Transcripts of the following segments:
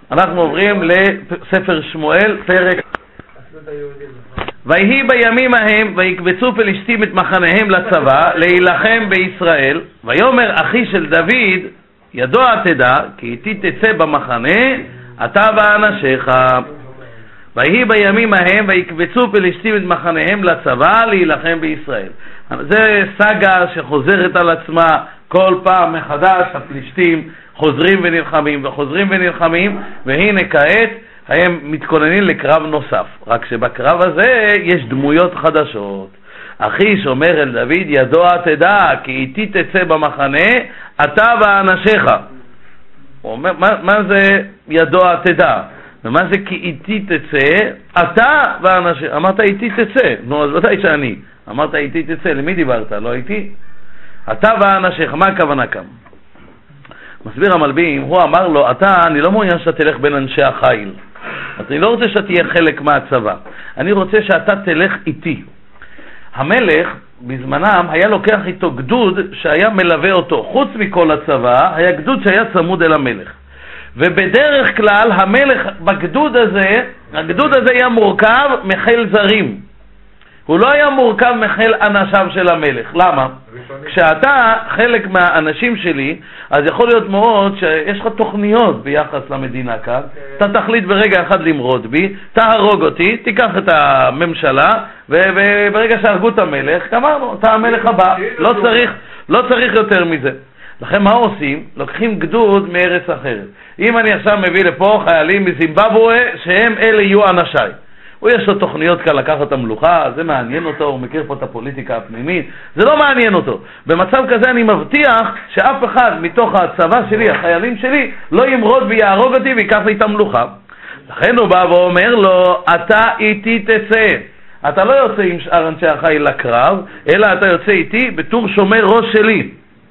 אנחנו עוברים לספר שמואל, פרק. ויהי בימים ההם ויקבצו פלישתים את מחניהם לצבא להילחם בישראל, ויאמר אחי של דוד ידוע תדע כי איתי תצא במחנה אתה ואנשיך. ויהי בימים ההם ויקבצו פלישתים את מחניהם לצבא להילחם בישראל. זה סגה שחוזרת על עצמה כל פעם מחדש. הפלישתים חוזרים ונלחמים וחוזרים ונלחמים, והנה כעת הם מתכוננים לקרב נוסף, רק שבקרב הזה יש דמויות חדשות. אחיש אומר אל דוד ידוע תדע כי איתי תצא במחנה אתה ואנשיך. הוא אומר, מה זה ידוע תדע? ומה זה כי איתי תצא אתה ואנשיך? אמרת איתי תצא, נו אז ודאי שאני. אמרת איתי תצא, למי דיברת? לא איתי? אתה ואנשיך, מה הכוונה כאן? מסביר המלבים, הוא אמר לו, אני לא מעוניין שאתה תלך בין אנשי החיל, אני לא רוצה שאתה תהיה חלק מהצבא, אני רוצה שאתה תלך איתי. המלך בזמנם היה לוקח איתו גדוד שהיה מלווה אותו, חוץ מכל הצבא היה גדוד שהיה צמוד אל המלך, ובדרך כלל המלך בגדוד הזה, הגדוד הזה היה מורכב מחיל זרים, הוא לא היה מורכב מחיל אנשיו של המלך. למה? כשאתה חלק מהאנשים שלי, אז יכול להיות מאוד שיש לך תוכניות ביחס למדינה כאן, אתה תחליט ברגע אחד למרוד בי, תהרוג אותי, תיקח את הממשלה, וברגע שהרגו את המלך, אמרנו, אתה המלך הבא, לא צריך יותר מזה. לכן מה עושים? לוקחים גדוד מארץ אחרת. אם אני עכשיו מביא לפה חיילים מזימבבואה, שהם אלה יהיו אנשיי, הוא יש לו תוכניות כאן לקחת את המלוכה, זה מעניין אותו, הוא מכיר פה את הפוליטיקה הפנימית, זה לא מעניין אותו. במצב כזה אני מבטיח שאף אחד מתוך הצבא שלי, החיילים שלי, לא ימרוד ויהרוג אותי ויקח לי את המלוכה. לכן הוא בא ואומר לו, אתה איתי תצא. אתה לא יוצא עם שאר אנשי החיל לקרב, אלא אתה יוצא איתי בתור שומר ראש שלי.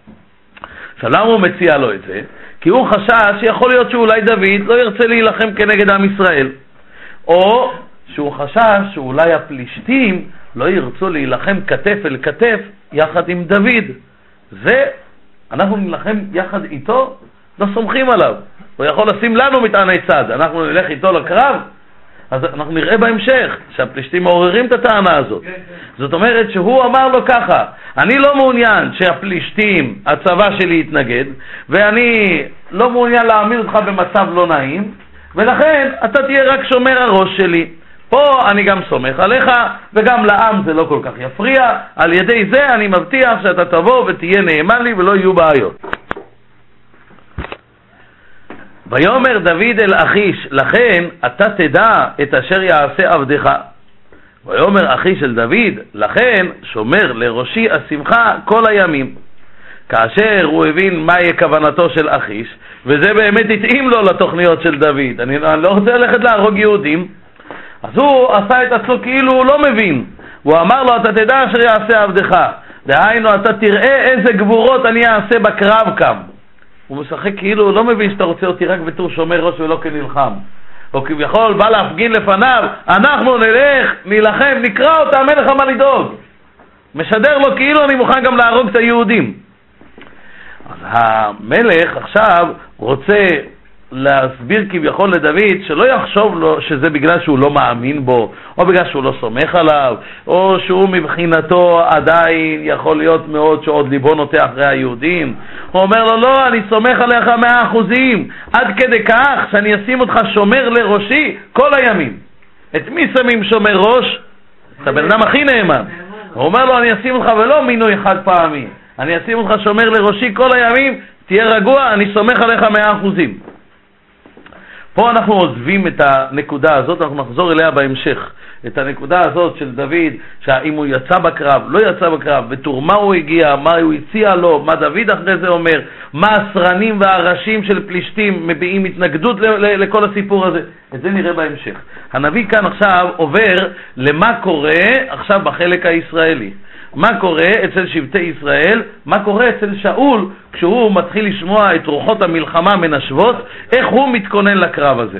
למה הוא מציע לו את זה? כי הוא חשש שיכול להיות שאולי דוד לא ירצה להילחם כנגד עם ישראל, או שהוא חשש שאולי הפלישתים לא ירצו להילחם כתף אל כתף יחד עם דוד, ואנחנו נילחם יחד איתו, לא סומכים עליו, הוא יכול לשים לנו מטעני צד, אנחנו נלך איתו לקרב. אז אנחנו נראה בהמשך שהפלישתים מעוררים את הטענה הזאת. זאת אומרת שהוא אמר לו ככה, אני לא מעוניין שהפלישתים, הצבא שלי יתנגד, ואני לא מעוניין להעמיד אותך במצב לא נעים, ולכן אתה תהיה רק שומר הראש שלי. פה אני גם סומך עליך, וגם לעם זה לא כל כך יפריע, על ידי זה אני מבטיח שאתה תבוא ותהיה נאמן לי ולא יהיו בעיות. ויאמר דוד אל אחיש, לכן אתה תדע את אשר יעשה עבדך. ויאמר אחי של דוד, לכן שומר לראשי השמחה כל הימים. כאשר הוא הבין מהי כוונתו של אחיש, וזה באמת התאים לו לתוכניות של דוד, אני לא רוצה ללכת להרוג יהודים, אז הוא עשה את עצמו כאילו הוא לא מבין. הוא אמר לו, אתה תדע אשר יעשה עבדך, דהיינו אתה תראה איזה גבורות אני אעשה בקרב כאן. הוא משחק כאילו הוא לא מבין שאתה רוצה אותי רק בתור שומר ראש ולא כנלחם, או כביכול בא להפגין לפניו, אנחנו נילחם, נקרא אותם, אין לך מה לדאוג. משדר לו כאילו אני מוכן גם להרוג את היהודים. אז המלך עכשיו רוצה להסביר כביכול לדוד שלא יחשוב לו שזה בגלל שהוא לא מאמין בו, או בגלל שהוא לא סומך עליו, או שהוא מבחינתו עדיין יכול להיות מאוד שעוד ליבו נוטה אחרי היהודים. הוא אומר לו, לא, אני סומך עליך 100%, עד כדי כך שאני אשים אותך שומר לראשי כל הימים. את מי שמים שומר ראש? את הבן אדם הכי נאמן. הוא אומר לו, אני אשים אותך ולא מינוי חד פעמי, אני אשים אותך שומר לראשי כל הימים, תהיה רגוע, אני סומך עליך 100%. פה אנחנו עוזבים את הנקודה הזאת, אנחנו נחזור אליה בהמשך. את הנקודה הזאת של דוד, שהאם הוא יצא בקרב, לא יצא בקרב, בתור מה הוא הגיע, מה הוא הציע לו, מה דוד אחרי זה אומר, מה הסרנים והראשים של פלישתים מביעים התנגדות לכל הסיפור הזה. את זה נראה בהמשך. הנביא כאן עכשיו עובר למה קורה עכשיו בחלק הישראלי. מה קורה אצל שבטי ישראל, מה קורה אצל שאול כשהוא מתחיל לשמוע את רוחות המלחמה מנשבות, איך הוא מתכונן לקרב הזה.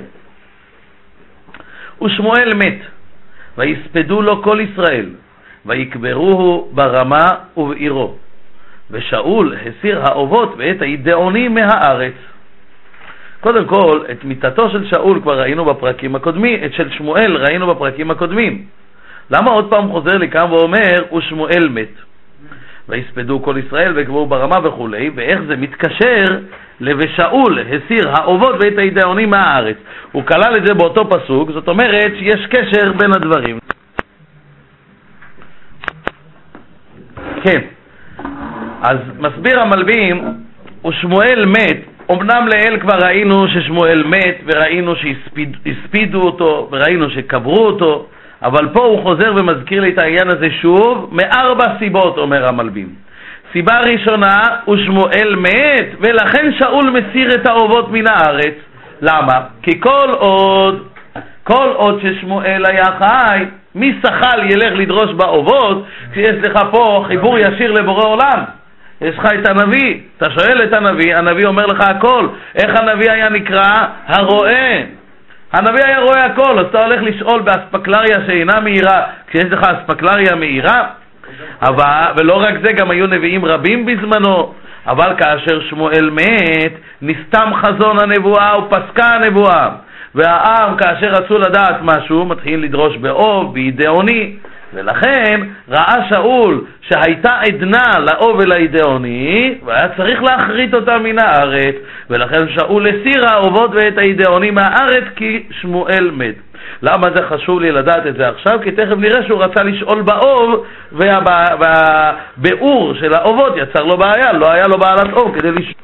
ושמואל מת, ויספדו לו כל ישראל, ויקברוהו ברמה ובעירו, ושאול הסיר האובות ואת הידעונים מהארץ. קודם כל, את מיתתו של שאול כבר ראינו בפרקים הקודמים, את של שמואל ראינו בפרקים הקודמים. למה עוד פעם חוזר לי כאן ואומר, ושמואל מת? ויספדו כל ישראל וקבעו ברמה וכו', ואיך זה מתקשר לבשאול הסיר האובות ואת הידעונים מהארץ. הוא כלל את זה באותו פסוק, זאת אומרת שיש קשר בין הדברים. כן, אז מסביר המלבים, ושמואל מת, אמנם לאל כבר ראינו ששמואל מת, וראינו שהספידו אותו, וראינו שקברו אותו, אבל פה הוא חוזר ומזכיר לי את העניין הזה שוב, מארבע סיבות, אומר המלבים. סיבה ראשונה, ושמואל מת, ולכן שאול מסיר את האובות מן הארץ. למה? כי כל עוד ששמואל היה חי, מי שחל ילך לדרוש באובות, כשיש לך פה חיבור ישיר לבורא עולם. יש לך את הנביא, אתה שואל את הנביא, הנביא אומר לך הכל. איך הנביא היה נקרא? הרואה. הנביא היה רואה הכל, אז אתה הולך לשאול באספקלריה שאינה מהירה, כשיש לך אספקלריה מהירה. ולא רק זה, גם היו נביאים רבים בזמנו, אבל כאשר שמואל מת, נסתם חזון הנבואה ופסקה הנבואה. והעם כאשר רצו לדעת משהו, מתחיל לדרוש באוב, בידעוני, ולכן ראה שאול שהייתה עדנה לאוב ולידעוני, והיה צריך להחריט אותה מן הארץ, ולכן שאול הסיר האובות ואת הידעוני מהארץ כי שמואל מת. למה זה חשוב לי לדעת את זה עכשיו? כי תכף נראה שהוא רצה לשאול באוב, והביאור של האובות יצר לו בעיה, לא היה לו בעלת אוב כדי לשאול.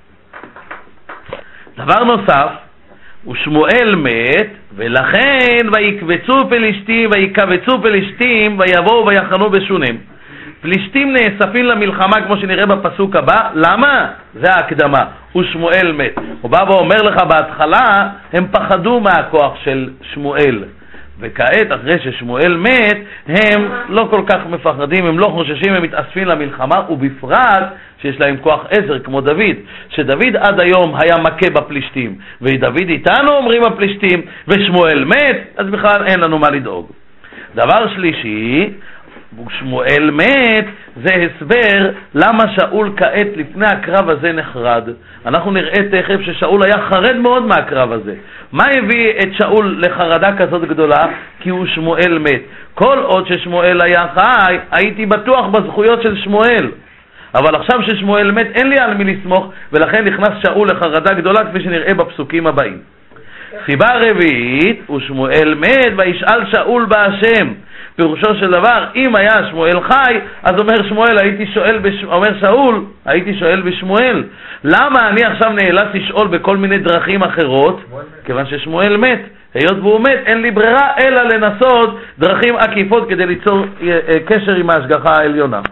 דבר נוסף, ושמואל מת, ולכן ויקבצו פלישתים ויבואו ויחנו בשונם. פלישתים נאספים למלחמה כמו שנראה בפסוק הבא. למה? זה ההקדמה. ושמואל מת. הוא בא ואומר לך בהתחלה, הם פחדו מהכוח של שמואל. וכעת אחרי ששמואל מת, הם לא כל כך מפחדים, הם לא חוששים, הם מתאספים למלחמה, ובפרט שיש להם כוח עזר כמו דוד, שדוד עד היום היה מכה בפלישתים, ודוד איתנו אומרים הפלישתים, ושמואל מת, אז בכלל אין לנו מה לדאוג. דבר שלישי, שמואל מת, זה הסבר למה שאול כעת לפני הקרב הזה נחרד. אנחנו נראה תכף ששאול היה חרד מאוד מהקרב הזה. מה הביא את שאול לחרדה כזאת גדולה? כי הוא שמואל מת. כל עוד ששמואל היה חי, הייתי בטוח בזכויות של שמואל. אבל עכשיו ששמואל מת, אין לי על מי לסמוך, ולכן נכנס שאול לחרדה גדולה, כפי שנראה בפסוקים הבאים. סיבה רביעית, ושמואל מת, וישאל שאול בהשם. פירושו של דבר, אם היה שמואל חי, אז אומר שאול, הייתי שואל בשמואל. למה אני עכשיו נאלץ לשאול בכל מיני דרכים אחרות? כיוון ששמואל מת. היות והוא מת, אין לי ברירה אלא לנסות דרכים עקיפות כדי ליצור קשר עם ההשגחה העליונה.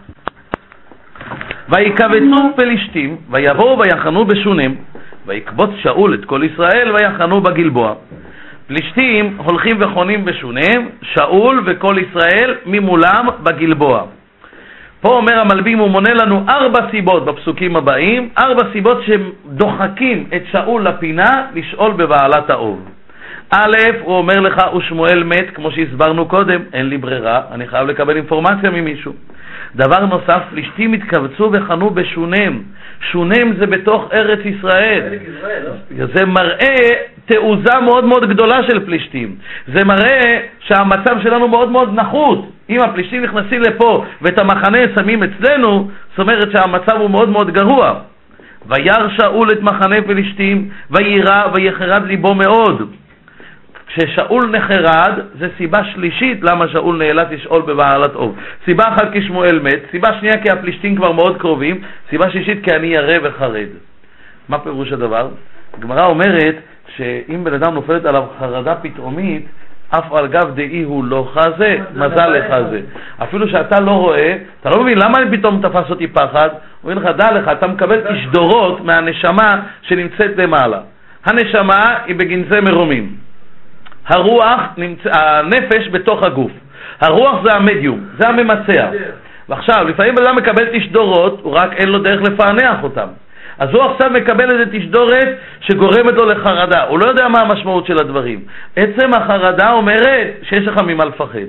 ויקבצו פלישתים, ויבואו ויחנו בשונם, ויקבוץ שאול את כל ישראל ויחנו בגלבוע. פלישתים הולכים וחונים בשונם, שאול וכל ישראל ממולם בגלבוע. פה אומר המלבים, הוא מונה לנו 4 סיבות בפסוקים הבאים, 4 סיבות שדוחקים את שאול לפינה לשאול בבעלת האוב. א', הוא אומר לך, ושמואל מת, כמו שהסברנו קודם, אין לי ברירה, אני חייב לקבל אינפורמציה ממישהו. דבר נוסף, פלישתים התקבצו וחנו בשונם. שונם זה בתוך ארץ ישראל. זה מראה תעוזה מאוד מאוד גדולה של פלישתים. זה מראה שהמצב שלנו מאוד מאוד נחות. אם הפלישתים נכנסים לפה ואת המחנה שמים אצלנו, זאת אומרת שהמצב הוא מאוד מאוד גרוע. וירא שאול את מחנה פלישתים, וירא ויחרד ליבו מאוד. כששאול נחרד, זה סיבה שלישית למה שאול נאלץ לשאול בבעלת אוב. סיבה אחת כי שמואל מת, סיבה שנייה כי הפלישתים כבר מאוד קרובים, סיבה שישית כי אני ירא וחרד. מה פירוש הדבר? הגמרא אומרת שאם בן אדם נופלת עליו חרדה פתאומית, אף על גב דאי הוא לא חזה, מזל לך זה. אפילו שאתה לא רואה, אתה לא מבין למה פתאום תפס אותי פחד, הוא אומר לך, דע לך, אתה מקבל תשדורות מהנשמה שנמצאת למעלה. הנשמה היא בגנזי מרומים. הרוח, הנפש בתוך הגוף. הרוח זה המדיום, זה הממצע. ועכשיו, לפעמים אדם מקבל תשדורות, הוא רק אין לו דרך לפענח אותם. אז הוא עכשיו מקבל איזה תשדורת שגורמת לו לחרדה. הוא לא יודע מה המשמעות של הדברים. עצם החרדה אומרת שיש לך ממה לפחד.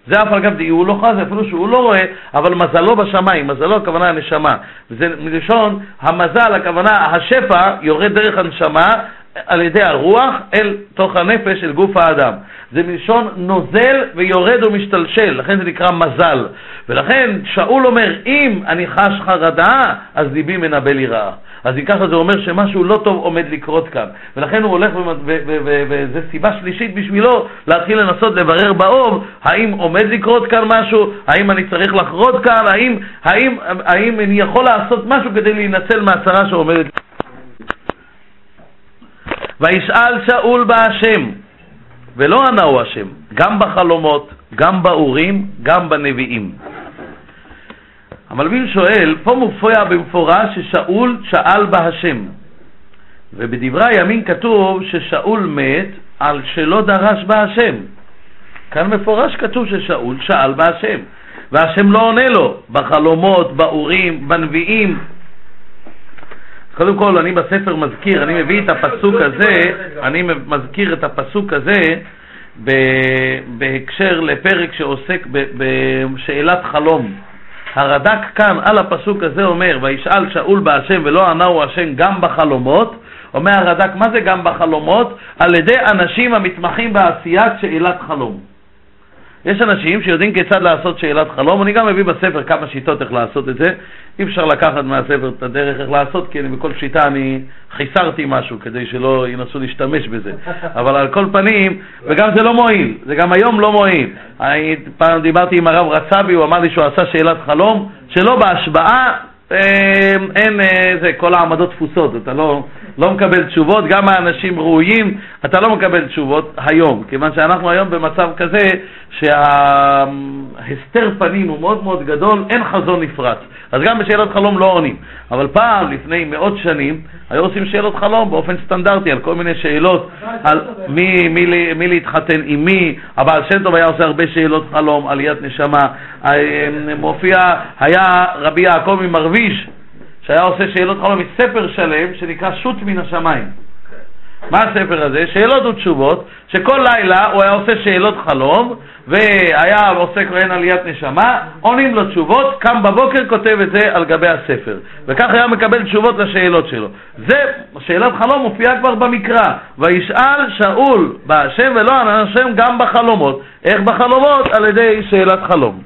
זה אף על גב דהיהו לא חזה, אפילו שהוא לא רואה, אבל מזלו בשמיים, מזלו הכוונה הנשמה. וזה מלשון המזל, הכוונה השפע יורד דרך הנשמה על ידי הרוח אל תוך הנפש, אל גוף האדם. זה מלשון נוזל ויורד ומשתלשל, לכן זה נקרא מזל. ולכן שאול אומר, אם אני חש חרדה, אז ליבי מנבא לי רעה. אז אם ככה זה אומר שמשהו לא טוב עומד לקרות כאן. ולכן הוא הולך, וזה סיבה שלישית בשבילו להתחיל לנסות לברר באוב, האם עומד לקרות כאן משהו, האם אני צריך לחרות כאן, האם אני יכול לעשות משהו כדי להינצל מהצרה שעומדת. וישאל שאול בהשם, ולא ענהו השם, גם בחלומות, גם באורים, גם בנביאים. המלבין שואל, פה מופיע במפורש ששאול שאל בהשם, ובדברי הימים כתוב ששאול מת על שלא דרש בהשם. כאן מפורש כתוב ששאול שאל בהשם, והשם לא עונה לו בחלומות, באורים, בנביאים. קודם כל אני בספר מזכיר, אני מביא את הפסוק הזה, אני מזכיר את הפסוק הזה בהקשר לפרק שעוסק בשאלת חלום. הרד"ק כאן על הפסוק הזה אומר, וישאל שאול בהשם ולא ענהו השם גם בחלומות. אומר הרד"ק, מה זה גם בחלומות? על ידי אנשים המתמחים בעשיית שאלת חלום. יש אנשים שיודעים כיצד לעשות שאלת חלום, אני גם מביא בספר כמה שיטות איך לעשות את זה. אי אפשר לקחת מהספר את הדרך איך לעשות, כי בכל שיטה אני חיסרתי משהו כדי שלא ינסו להשתמש בזה. אבל על כל פנים, וגם זה לא מועיל, זה גם היום לא מועיל. פעם דיברתי עם הרב רצבי, הוא אמר לי שהוא עשה שאלת חלום, שלא בהשבעה, אין זה, כל העמדות תפוסות, אתה לא מקבל תשובות, גם האנשים ראויים, אתה לא מקבל תשובות היום, כיוון שאנחנו היום במצב כזה שההסתר פנים הוא מאוד מאוד גדול, אין חזון נפרץ, אז גם בשאלות חלום לא עונים. אבל פעם, לפני מאות שנים, היו עושים שאלות חלום באופן סטנדרטי, על כל מיני שאלות, על מי להתחתן עם מי. הבעל שם טוב היה עושה הרבה שאלות חלום, עליית נשמה. מופיע, היה רבי יעקב ממרוויש, שהיה עושה שאלות חלום מספר שלם, שנקרא שוט מן השמיים. מה הספר הזה? שאלות ותשובות, שכל לילה הוא היה עושה שאלות חלום, והיה עושה כהן עליית נשמה, עונים לו תשובות, קם בבוקר כותב את זה על גבי הספר, וכך היה מקבל תשובות לשאלות שלו. זה, שאלת חלום מופיעה כבר במקרא, וישאל שאול בהשם ולא ענה השם גם בחלומות. איך בחלומות? על ידי שאלת חלום.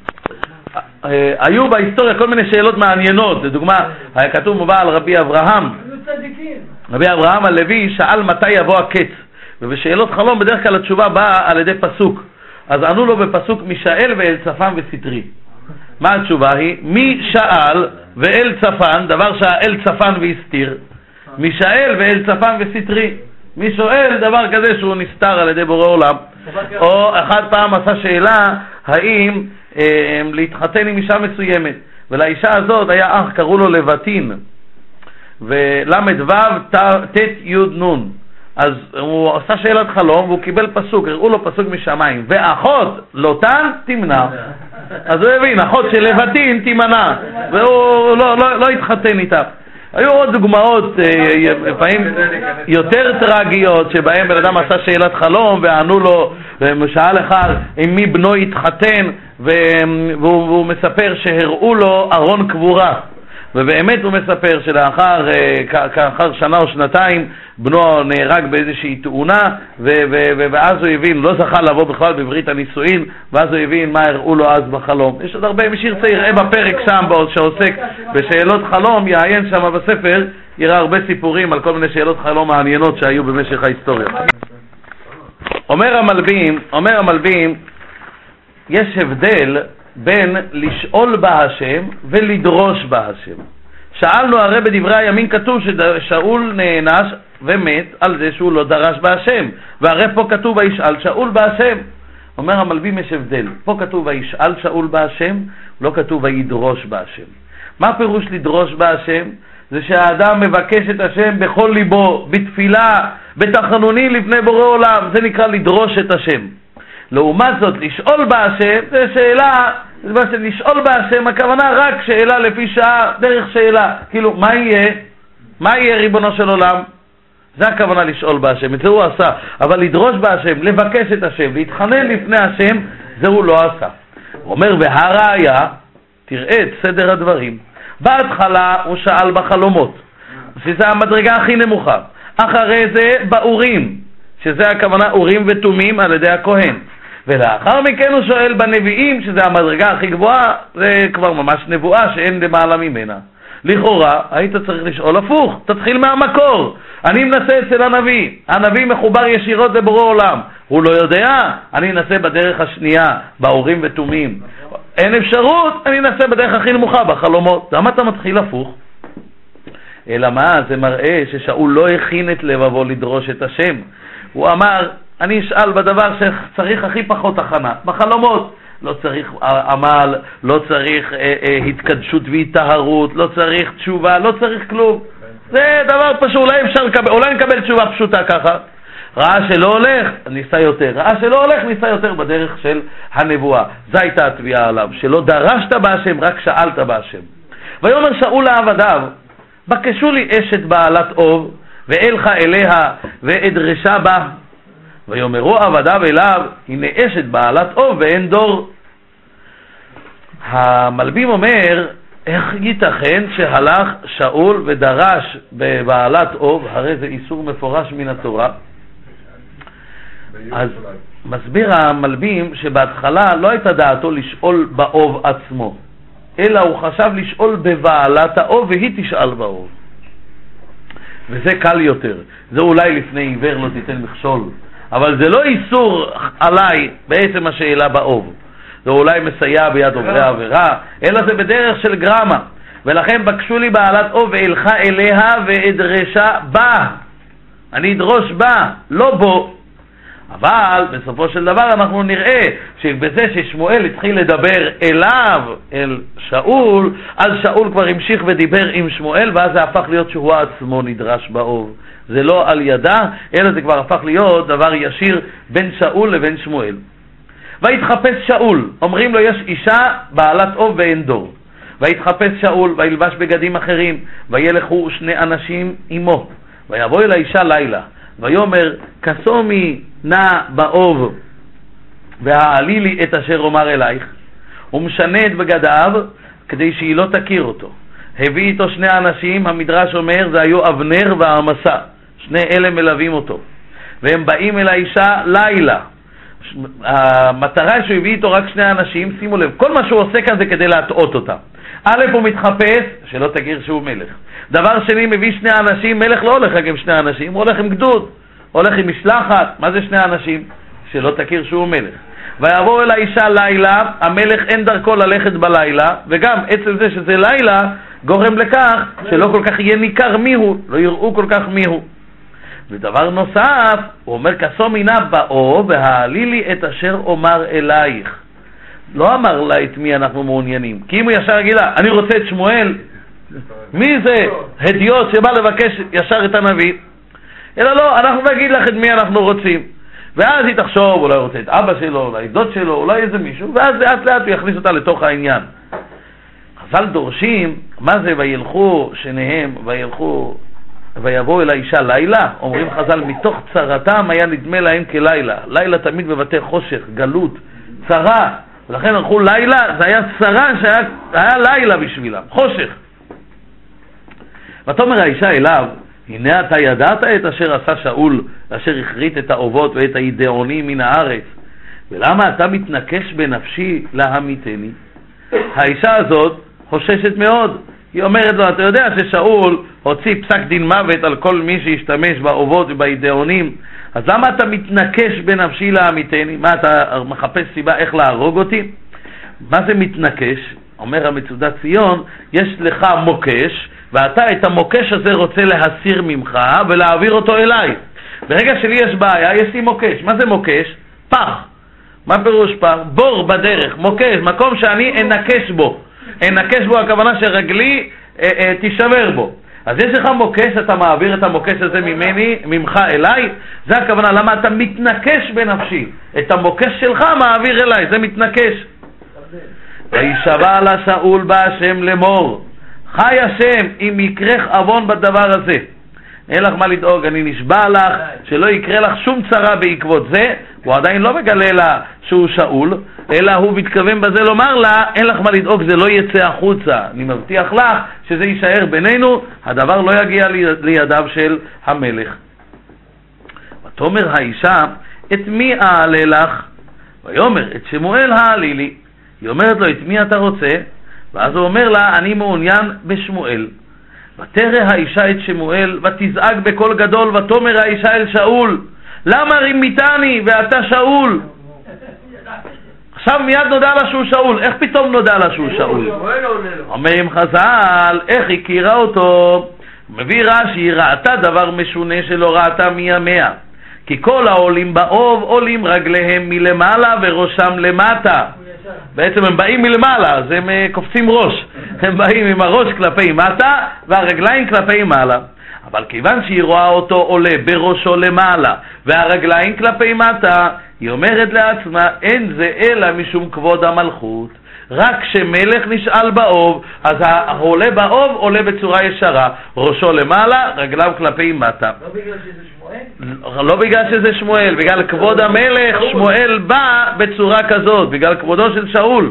היו בהיסטוריה כל מיני שאלות מעניינות, לדוגמה, היה כתוב מובא על רבי אברהם, רבי אברהם הלוי שאל מתי יבוא הקץ, ובשאלות חלום בדרך כלל התשובה באה על ידי פסוק, אז ענו לו בפסוק מישאל ואל צפן וסטרי. מה התשובה היא? מי שאל ואל צפן, דבר שהאל צפן והסתיר, מישאל ואל צפן וסטרי. מי שואל דבר כזה שהוא נסתר על ידי בורא עולם. או אחד פעם עשה שאלה האם להתחתן עם אישה מסוימת, ולאישה הזאת היה אח קראו לו לבטין, ולמד וו תת יוד נון. אז הוא עשה שאלת חלום והוא קיבל פסוק, הראו לו פסוק משמיים, ואחות לוטן תמנע. אז הוא הבין, אחות של לבטין תימנע, והוא לא התחתן איתה. היו עוד דוגמאות לפעמים יותר טרגיות, שבהם בן אדם עשה שאלת חלום וענו לו, ושאל אחד עם מי בנו התחתן, והוא מספר שהראו לו ארון קבורה, ובאמת הוא מספר שלאחר שנה או שנתיים בנו נהרג באיזושהי תאונה, ואז הוא הבין, לא זכה לבוא בכלל בברית הנישואין, ואז הוא הבין מה הראו לו אז בחלום. יש עוד הרבה, מי שירצה יראה בפרק שם שעוסק בשאלות חלום, יעיין שם בספר, יראה הרבה סיפורים על כל מיני שאלות חלום מעניינות שהיו במשך ההיסטוריה. אומר המלבים, יש הבדל בין לשאול בהשם ולדרוש בהשם. שאלנו הרי בדברי הימים כתוב ששאול נענש ומת על זה שהוא לא דרש בהשם, והרי פה כתוב וישאל שאול בהשם. אומר המלבים יש הבדל, פה כתוב וישאל שאול בהשם, לא כתוב וידרוש בהשם. מה פירוש לדרוש בהשם? זה שהאדם מבקש את השם בכל ליבו, בתפילה, בתחנונים לפני בורא עולם, זה נקרא לדרוש את השם. לעומת זאת, לשאול בהשם, זה שאלה, לשאול בהשם, הכוונה רק שאלה לפי שעה, דרך שאלה. כאילו, מה יהיה ריבונו של עולם? זה הכוונה לשאול בהשם, את זה הוא עשה. אבל לדרוש בהשם, לבקש את השם, להתחנן לפני השם, זה הוא לא עשה. הוא אומר, והראיה, תראה את סדר הדברים. בהתחלה הוא שאל בחלומות, שזה המדרגה הכי נמוכה. אחרי זה באורים, שזה הכוונה אורים ותומים על ידי הכהן. ולאחר מכן הוא שואל בנביאים, שזה המדרגה הכי גבוהה, זה כבר ממש נבואה שאין למעלה ממנה. לכאורה, היית צריך לשאול הפוך, תתחיל מהמקור. אני מנסה אצל הנביא, הנביא מחובר ישירות לבורא עולם. הוא לא יודע, אני אנסה בדרך השנייה, באורים ותומים. אין אפשרות, אני אנסה בדרך הכי נמוכה, בחלומות. למה אתה מתחיל הפוך? אלא מה? זה מראה ששאול לא הכין את לבבו לדרוש את השם. הוא אמר, אני אשאל בדבר שצריך הכי פחות הכנה, בחלומות. לא צריך עמל, לא צריך התקדשות והתטהרות, לא צריך תשובה, לא צריך כלום. זה דבר פשוט, אולי נקבל תשובה פשוטה ככה. ראה שלא הולך, ניסה יותר. ראה שלא הולך, ניסה יותר בדרך של הנבואה. זו הייתה התביעה עליו, שלא דרשת בהשם, רק שאלת בהשם. ויאמר שאול לעבדיו, בקשו לי אשת בעלת אוב, ואלך אליה, ואדרשה בה. ויאמרו עבדיו אליו, הנה אשת בעלת אוב ואין דור. המלבים אומר, איך ייתכן שהלך שאול ודרש בבעלת אוב, הרי זה איסור מפורש מן התורה. אז מסביר המלבים שבהתחלה לא הייתה דעתו לשאול באוב עצמו, אלא הוא חשב לשאול בבעלת האוב והיא תשאל באוב. וזה קל יותר. זה אולי לפני עיוור לא תיתן מכשול. אבל זה לא איסור עליי בעצם השאלה באוב. זה אולי מסייע ביד עוברי העבירה, אלא זה בדרך של גרמה. ולכן בקשו לי בעלת אוב ואלך אליה ואדרשה בה. אני אדרוש בה, לא בו. אבל בסופו של דבר אנחנו נראה שבזה ששמואל התחיל לדבר אליו, אל שאול, אז שאול כבר המשיך ודיבר עם שמואל, ואז זה הפך להיות שהוא עצמו נדרש באוב. זה לא על ידה, אלא זה כבר הפך להיות דבר ישיר בין שאול לבין שמואל. והתחפש שאול, אומרים לו יש אישה בעלת אוב ואין דור. והתחפש שאול וילבש בגדים אחרים, וילכו שני אנשים עמו, ויבוא אל האישה לילה, ויאמר כסומי נא באוב והעלי לי את אשר אומר אלייך. הוא משנה את בגדיו כדי שהיא לא תכיר אותו. הביא איתו שני אנשים, המדרש אומר זה היו אבנר והעמסה, שני אלה מלווים אותו, והם באים אל האישה לילה. המטרה שהוא הביא איתו רק שני אנשים, שימו לב, כל מה שהוא עושה כאן זה כדי להטעות אותה. א', הוא מתחפש שלא תכיר שהוא מלך. דבר שני, מביא שני אנשים, מלך לא הולך רק עם שני אנשים, הוא הולך עם גדוד, הולך עם משלחת. מה זה שני אנשים? שלא תכיר שהוא מלך. ויבוא אל האישה לילה, המלך אין דרכו ללכת בלילה, וגם עצם זה שזה לילה גורם לכך שלא כל כך יהיה ניכר מיהו, לא יראו כל כך מיהו. ודבר נוסף, הוא אומר כסומי נא באוב והעלי לי את אשר אומר אלייך. לא אמר לה את מי אנחנו מעוניינים, כי אם הוא ישר יגיד לה אני רוצה את שמואל, מי זה הדיוט שבא לבקש ישר את הנביא? אלא לא, אנחנו נגיד לך את מי אנחנו רוצים. ואז היא תחשוב, אולי רוצה את אבא שלו, אולי דוד שלו, אולי איזה מישהו, ואז לאט לאט הוא יכניס אותה לתוך העניין. חז"ל דורשים, מה זה וילכו שניהם, וילכו ויבואו אל האישה לילה? אומרים חז"ל, מתוך צרתם היה נדמה להם כלילה. לילה תמיד בבתי חושך, גלות, צרה, ולכן הלכו לילה, זה היה צרה שהיה לילה בשבילם, חושך. ותאמר האישה אליו, הנה אתה ידעת את אשר עשה שאול, אשר הכרית את האובות ואת הידעונים מן הארץ, ולמה אתה מתנקש בנפשי להמיתני? האישה הזאת חוששת מאוד. היא אומרת לו, אתה יודע ששאול הוציא פסק דין מוות על כל מי שישתמש באובות ובידעונים, אז למה אתה מתנקש בנפשי להמיתני? מה, אתה מחפש סיבה איך להרוג אותי? מה זה מתנקש? אומר המצודת ציון, יש לך מוקש, ואתה את המוקש הזה רוצה להסיר ממך ולהעביר אותו אליי. ברגע שלי יש בעיה, יש לי מוקש. מה זה מוקש? פח. מה פירוש פח? בור בדרך, מוקש, מקום שאני אנקש בו. אנקש בו, הכוונה שרגלי תישבר בו. אז יש לך מוקש, אתה מעביר את המוקש הזה ממך אליי, זה הכוונה, למה אתה מתנקש בנפשי. את המוקש שלך מעביר אליי, זה מתנקש. וישבע לה שאול בהשם לאמור, חי השם אם יקרח אבון בדבר הזה. אין לך מה לדאוג, אני נשבע לך שלא יקרה לך שום צרה בעקבות זה. הוא עדיין לא מגלה לה שהוא שאול, אלא הוא מתכוון בזה לומר לה, אין לך מה לדאוג, זה לא יצא החוצה, אני מבטיח לך שזה יישאר בינינו, הדבר לא יגיע לידיו של המלך. ותאמר האישה, את מי אעלה לך? ויאמר, את שמואל העלי לי. היא אומרת לו, את מי אתה רוצה? ואז הוא אומר לה, אני מעוניין בשמואל. ותרא האישה את שמואל, ותזעק בקול גדול, ותאמר האישה אל שאול, למה רימיתני ואתה שאול? עכשיו מיד נודע לה שהוא שאול. איך פתאום נודע לה שהוא שאול? אומרים חז"ל, איך הכירה אותו? מביא רש"י, היא ראתה דבר משונה שלא ראתה מימיה, כי כל העולים באוב עולים רגליהם מלמעלה וראשם למטה. בעצם הם באים מלמעלה, אז הם קופצים ראש, הם באים עם הראש כלפי מטה והרגליים כלפי מעלה. אבל כיוון שהיא רואה אותו עולה בראשו למעלה והרגליים כלפי מטה, היא אומרת לעצמה, אין זה אלא משום כבוד המלכות. רק כשמלך נשאל באוב, אז העולה באוב עולה בצורה ישרה, ראשו למעלה, רגליו כלפי מטה. לא בגלל שזה שמואל? לא בגלל שזה שמואל, בגלל כבוד המלך שמואל בא בצורה כזאת, בגלל כבודו של שאול.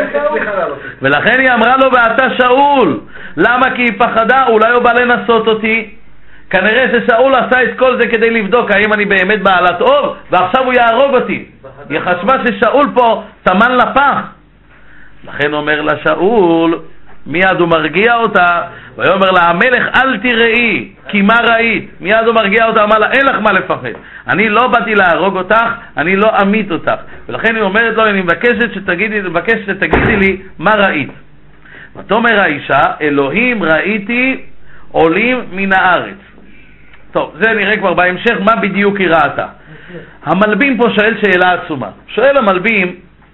ולכן היא אמרה לו, ואתה שאול. למה? כי היא פחדה, אולי הוא בא לנסות אותי. כנראה ששאול עשה את כל זה כדי לבדוק האם אני באמת בעלת אור, ועכשיו הוא יהרוג אותי. היא חשבה ששאול פה טמן לפח. לכן אומר לה שאול, מיד הוא מרגיע אותה, ואומר לה, המלך אל תראי, כי מה ראית? מיד הוא מרגיע אותה, אמר לה, אין לך מה לפחד, אני לא באתי להרוג אותך, אני לא אמית אותך. ולכן היא אומרת לו, אני מבקשת שתגידי לי מה ראית. ותאמר האישה, אלוהים ראיתי עולים מן הארץ. טוב, זה נראה כבר בהמשך מה בדיוק היא ראתה. המלבים פה שואל שאלה עצומה. שואל המלבים,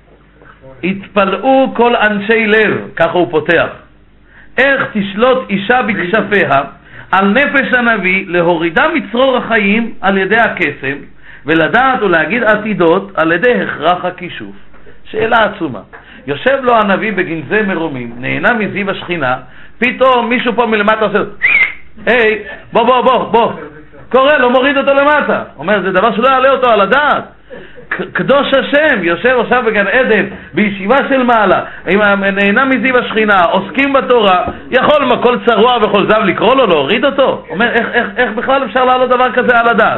התפלאו כל אנשי לב, ככה הוא פותח, איך תשלוט אישה בכשפיה על נפש הנביא, להורידה מצרור החיים על ידי הקסם, ולדעת ולהגיד עתידות על ידי הכרח הכישוף. שאלה עצומה. יושב לו הנביא בגנזי מרומים, נהנה מזיו השכינה, פתאום מישהו פה מלמטה עושה, היי, בוא, קורא לו, מוריד אותו למטה. אומר, זה דבר שלא יעלה אותו על הדעת. קדוש השם, יושב עכשיו בגן עדן, בישיבה של מעלה, נהנה מזיו השכינה, עוסקים בתורה, יכול כל צרוע וכל זב לקרוא לו, להוריד אותו? אומר, איך בכלל אפשר לעלות דבר כזה על הדעת?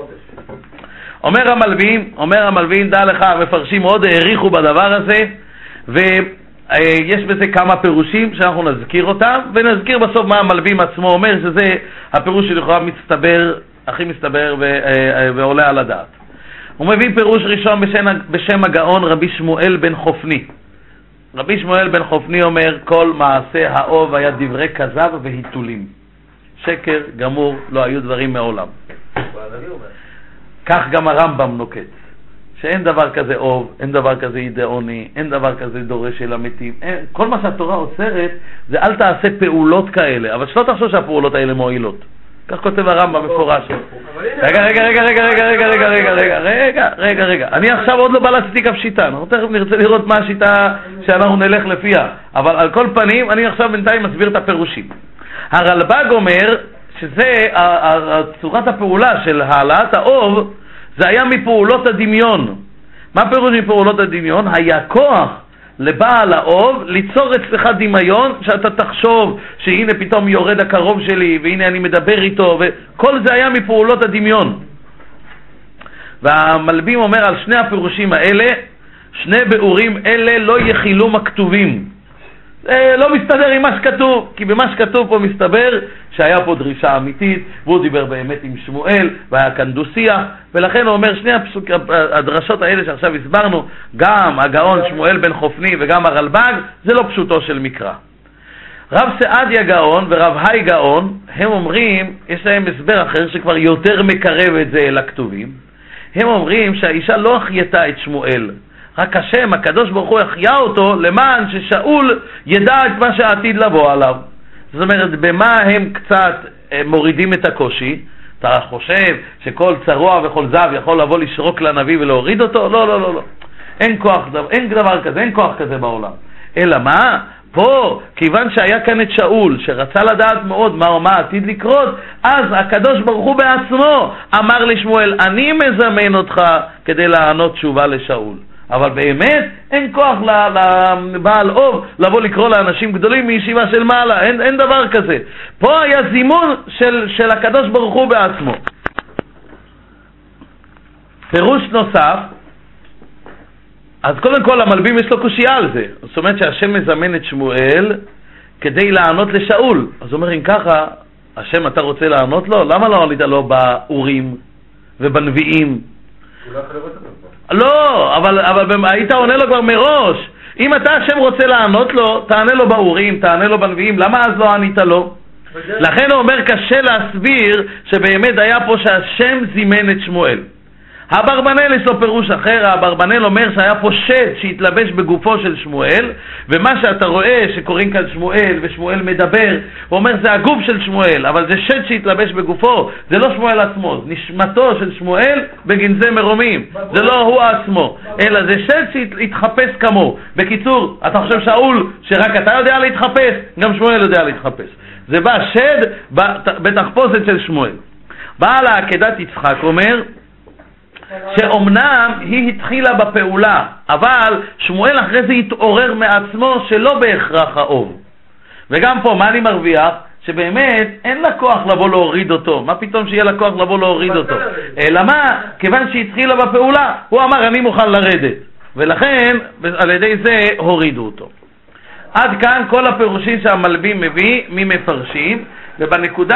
אומר המלבין, דע לך, המפרשים מאוד העריכו בדבר הזה, ויש בזה כמה פירושים שאנחנו נזכיר אותם, ונזכיר בסוף מה המלבים עצמו אומר, שזה הפירוש שלכאורה מסתבר, הכי מסתבר ועולה על הדעת. הוא מביא פירוש ראשון בשם הגאון רבי שמואל בן חופני. רבי שמואל בן חופני אומר, כל מעשה האוב היה דברי כזב והיתולים. שקר גמור, לא היו דברים מעולם. כך גם הרמב"ם נוקט, שאין דבר כזה אוב, אין דבר כזה אידאוני, אין דבר כזה דורש אל המתים. כל מה שהתורה אוסרת זה אל תעשה פעולות כאלה, אבל שלא תחשוב שהפעולות האלה מועילות. כך כותב הרמב"ם מפורש. רגע, אני עכשיו עוד לא בלצתי כף שיטה, אנחנו תכף נרצה לראות מה השיטה שאנחנו נלך לפיה, אבל על כל פנים אני עכשיו בינתיים מסביר את הפירושים. הרלב"ג אומר שזה צורת הפעולה של העלאת האוב, זה היה מפעולות הדמיון. מה פירוש מפעולות הדמיון? היה כוח לבעל האוב ליצור אצלך דמיון שאתה תחשוב שהנה פתאום יורד הקרוב שלי והנה אני מדבר איתו, וכל זה היה מפעולות הדמיון. והמלבים אומר על שני הפירושים האלה, שני ביאורים אלה לא יחילום הכתובים. זה לא מסתדר עם מה שכתוב, כי במה שכתוב פה מסתבר שהיה פה דרישה אמיתית, והוא דיבר באמת עם שמואל, והיה כאן דו-שיח, ולכן הוא אומר, שני הדרשות האלה שעכשיו הסברנו, גם הגאון שמואל בן חופני וגם הרלב"ג, זה לא פשוטו של מקרא. רב סעדיה גאון ורב היי גאון, הם אומרים, יש להם הסבר אחר שכבר יותר מקרב את זה אל הכתובים, הם אומרים שהאישה לא החייתה את שמואל, רק השם, הקדוש ברוך הוא החיה אותו למען ששאול ידע את מה שעתיד לבוא עליו. זאת אומרת, במה הם קצת מורידים את הקושי? אתה חושב שכל צרוע וכל זב יכול לבוא לשרוק לנביא ולהוריד אותו? לא. אין דבר כזה, אין כוח כזה בעולם. אלא מה? פה, כיוון שהיה כאן את שאול, שרצה לדעת מאוד מה עתיד לקרות, אז הקדוש ברוך הוא בעצמו אמר לשמואל, אני מזמן אותך כדי לענות תשובה לשאול. אבל באמת אין כוח לבעל אוב לבוא לקרוא לאנשים גדולים מישיבה של מעלה, אין דבר כזה. פה היה זימון של הקדוש ברוך הוא בעצמו. פירוש נוסף, אז קודם כל המלבים יש לו קושייה על זה, זאת אומרת שהשם מזמן את שמואל כדי לענות לשאול. אז הוא אומר, אם ככה השם אתה רוצה לענות לו, למה לא עלית לו באורים ובנביאים? לא, אבל היית עונה לו כבר מראש. אם אתה השם רוצה לענות לו, תענה לו באורים, תענה לו בנביאים, למה אז לא ענית לו? לכן הוא אומר, קשה להסביר שבאמת היה פה שהשם זימן את שמואל. האברבנאל יש לו פירוש אחר. האברבנאל אומר שהיה פה שד שהתלבש בגופו של שמואל, ומה שאתה רואה שקוראים כאן שמואל ושמואל מדבר, הוא אומר זה הגוף של שמואל, אבל זה שד שהתלבש בגופו, זה לא שמואל עצמו, נשמתו של שמואל בגנזי מרומים, זה לא הוא עצמו, אלא זה שד שהתחפש כמו. בקיצור, אתה חושב שאול שרק אתה יודע להתחפש? גם שמואל יודע להתחפש. זה בא שד בתחפושת של שמואל. בעל העקדת יצחק אומר שאומנם היא התחילה בפעולה, אבל שמואל אחרי זה התעורר מעצמו שלא בהכרח האוב. וגם פה מה אני מרוויח? שבאמת אין לה כוח לבוא להוריד אותו. מה פתאום שיהיה לה כוח לבוא להוריד אותו? אלא מה? כיוון שהתחילה בפעולה, הוא אמר אני מוכן לרדת, ולכן על ידי זה הורידו אותו. עד כאן כל הפירושים שהמלבים מביא ממפרשים, ובנקודה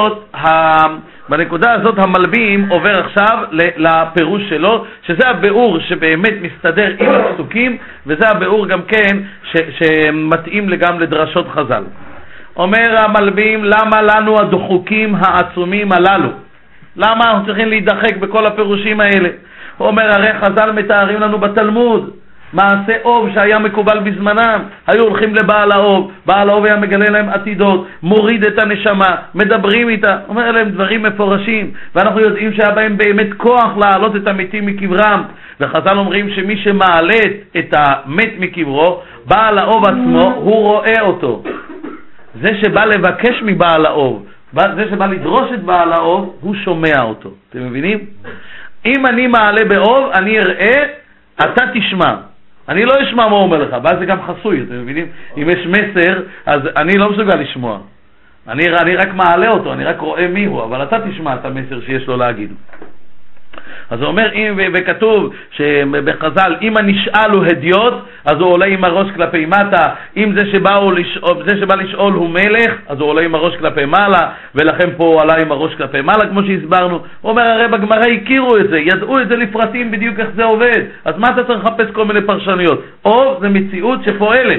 הזאת המלבים עובר עכשיו לפירוש שלו, שזה הביאור שבאמת מסתדר עם הפסוקים, וזה הביאור גם כן שמתאים גם לדרשות חז"ל. אומר המלבים, למה לנו הדחוקים העצומים הללו? למה אנחנו צריכים להידחק בכל הפירושים האלה? הוא אומר, הרי חז"ל מתארים לנו בתלמוד מעשה אוב שהיה מקובל בזמנם, היו הולכים לבעל האוב, בעל האוב היה מגלה להם עתידות, מוריד את הנשמה, מדברים איתה, אומר להם דברים מפורשים, ואנחנו יודעים שהיה בהם באמת כוח להעלות את המתים מקברם, וחז"ל אומרים שמי שמעלה את המת מקברו, בעל האוב עצמו, הוא רואה אותו. זה שבא לבקש מבעל האוב, זה שבא לדרוש את בעל האוב, הוא שומע אותו. אתם מבינים? אם אני מעלה באוב, אני אראה, אתה תשמע. אני לא אשמע מה הוא אומר לך, ואז זה גם חסוי, אתם מבינים? אם יש מסר, אז אני לא מסוגל לשמוע. אני רק מעלה אותו, אני רק רואה מי הוא, אבל אתה תשמע את המסר שיש לו להגיד. אז הוא אומר, וכתוב שבחז"ל, אם הנשאל הוא הדיוט, אז הוא עולה עם הראש כלפי מטה, אם זה שבא לשאול הוא מלך, אז הוא עולה עם הראש כלפי מעלה, ולכן פה הוא עלה עם הראש כלפי מעלה, כמו שהסברנו. הוא אומר, הרי בגמרא הכירו את זה, ידעו את זה לפרטים בדיוק איך זה עובד, אז מה אתה צריך לחפש כל מיני פרשנויות? או זה מציאות שפועלת.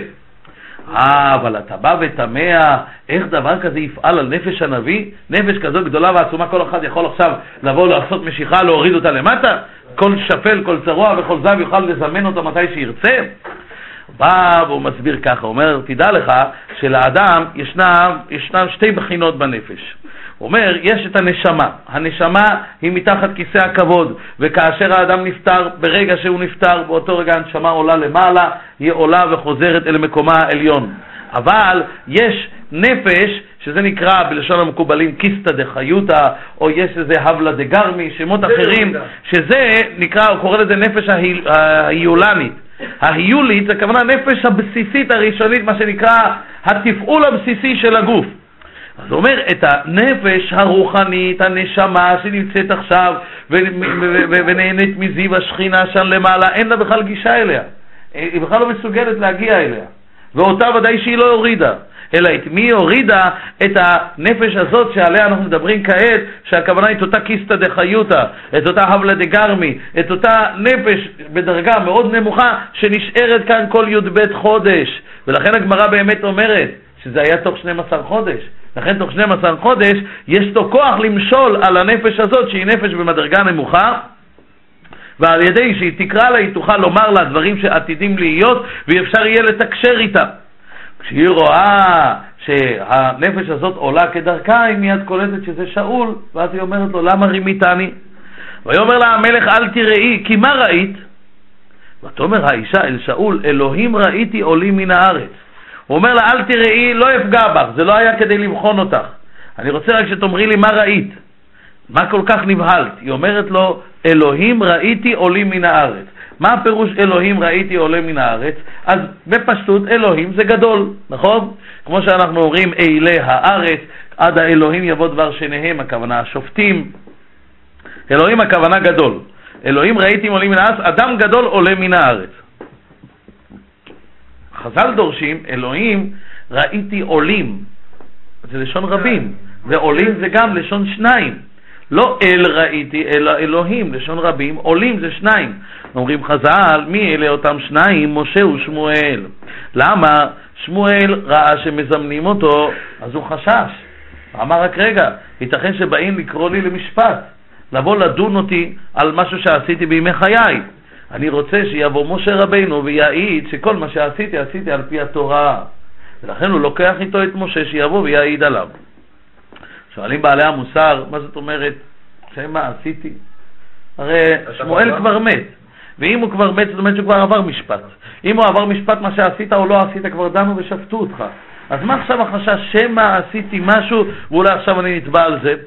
אבל אתה בא ותמה, איך דבר כזה יפעל על נפש הנביא? נפש כזו גדולה ועצומה, כל אחד יכול עכשיו לבוא לעשות משיכה, להוריד אותה למטה? כל שפל, כל צרוע וכל זב יוכל לזמן אותה מתי שירצה? בא והוא מסביר ככה, הוא אומר, תדע לך שלאדם ישנם שתי בחינות בנפש. הוא אומר, יש את הנשמה. הנשמה היא מתחת כיסא הכבוד, וכאשר האדם נפטר, ברגע שהוא נפטר, באותו רגע הנשמה עולה למעלה, היא עולה וחוזרת אל מקומה העליון. אבל יש נפש, שזה נקרא בלשון המקובלים קיסטה דחיותה, או יש איזה הבלה דגרמי, שמות אחרים, שזה נקרא, הוא קורא לזה נפש ההיולנית. ההיולית זה הכוונה נפש הבסיסית הראשונית, מה שנקרא התפעול הבסיסי של הגוף. אז הוא אומר, את הנפש הרוחנית, הנשמה שנמצאת עכשיו ונהנית מזיו השכינה שם למעלה, אין לה בכלל גישה אליה, היא בכלל לא מסוגלת להגיע אליה, ואותה ודאי שהיא לא הורידה, אלא את מי הורידה? את הנפש הזאת שעליה אנחנו מדברים כעת, שהכוונה היא את אותה קיסטה דחיותה, את אותה הבלה דגרמי, את אותה נפש בדרגה מאוד נמוכה שנשארת כאן כל י"ב חודש. ולכן הגמרא באמת אומרת שזה היה תוך 12 חודש. לכן תוך 12 חודש יש לו כוח למשול על הנפש הזאת שהיא נפש במדרגה נמוכה, ועל ידי שהיא תקרא לה היא תוכל לומר לה דברים שעתידים להיות ואפשר יהיה לתקשר איתה. כשהיא רואה שהנפש הזאת עולה כדרכה, היא מיד קולטת שזה שאול, ואז היא אומרת לו, למה רימיתני? ויאמר לה המלך, אל תראי, כי מה ראית? ותאמר האישה אל שאול, אלוהים ראיתי עולים מן הארץ. הוא אומר לה, אל תראי, לא אפגע בך, זה לא היה כדי לבחון אותך. אני רוצה רק שתאמרי לי מה ראית. מה כל כך נבהלת? היא אומרת לו, אלוהים ראיתי עולים מן הארץ. מה הפירוש אלוהים ראיתי עולה מן הארץ? אז בפשטות אלוהים זה גדול, נכון? כמו שאנחנו אומרים אלי הארץ, עד האלוהים יבוא דבר שניהם, הכוונה השופטים. אלוהים הכוונה גדול. אלוהים ראיתי עולים מן הארץ, אדם גדול עולה מן הארץ. חז"ל דורשים, אלוהים ראיתי עולים, זה לשון רבים, ועולים זה גם לשון שניים. לא אל ראיתי, אלא אלוהים, לשון רבים, עולים זה שניים. אומרים חז"ל, מי אלה אותם שניים? משה ושמואל. למה? שמואל ראה שמזמנים אותו, אז הוא חשש. אמר רק רגע, ייתכן שבאים לקרוא לי למשפט, לבוא לדון אותי על משהו שעשיתי בימי חיי. אני רוצה שיבוא משה רבינו ויעיד שכל מה שעשיתי, עשיתי על פי התורה. ולכן הוא לוקח איתו את משה שיבוא ויעיד עליו. שואלים בעלי המוסר, מה זאת אומרת? שמה עשיתי? הרי שמואל כבר מת, ואם הוא כבר מת, זאת אומרת שהוא כבר עבר משפט. אם הוא עבר משפט, מה שעשית או לא עשית, כבר דנו ושפטו אותך. אז מה עכשיו החשש? שמה עשיתי משהו ואולי עכשיו אני נתבע על זה?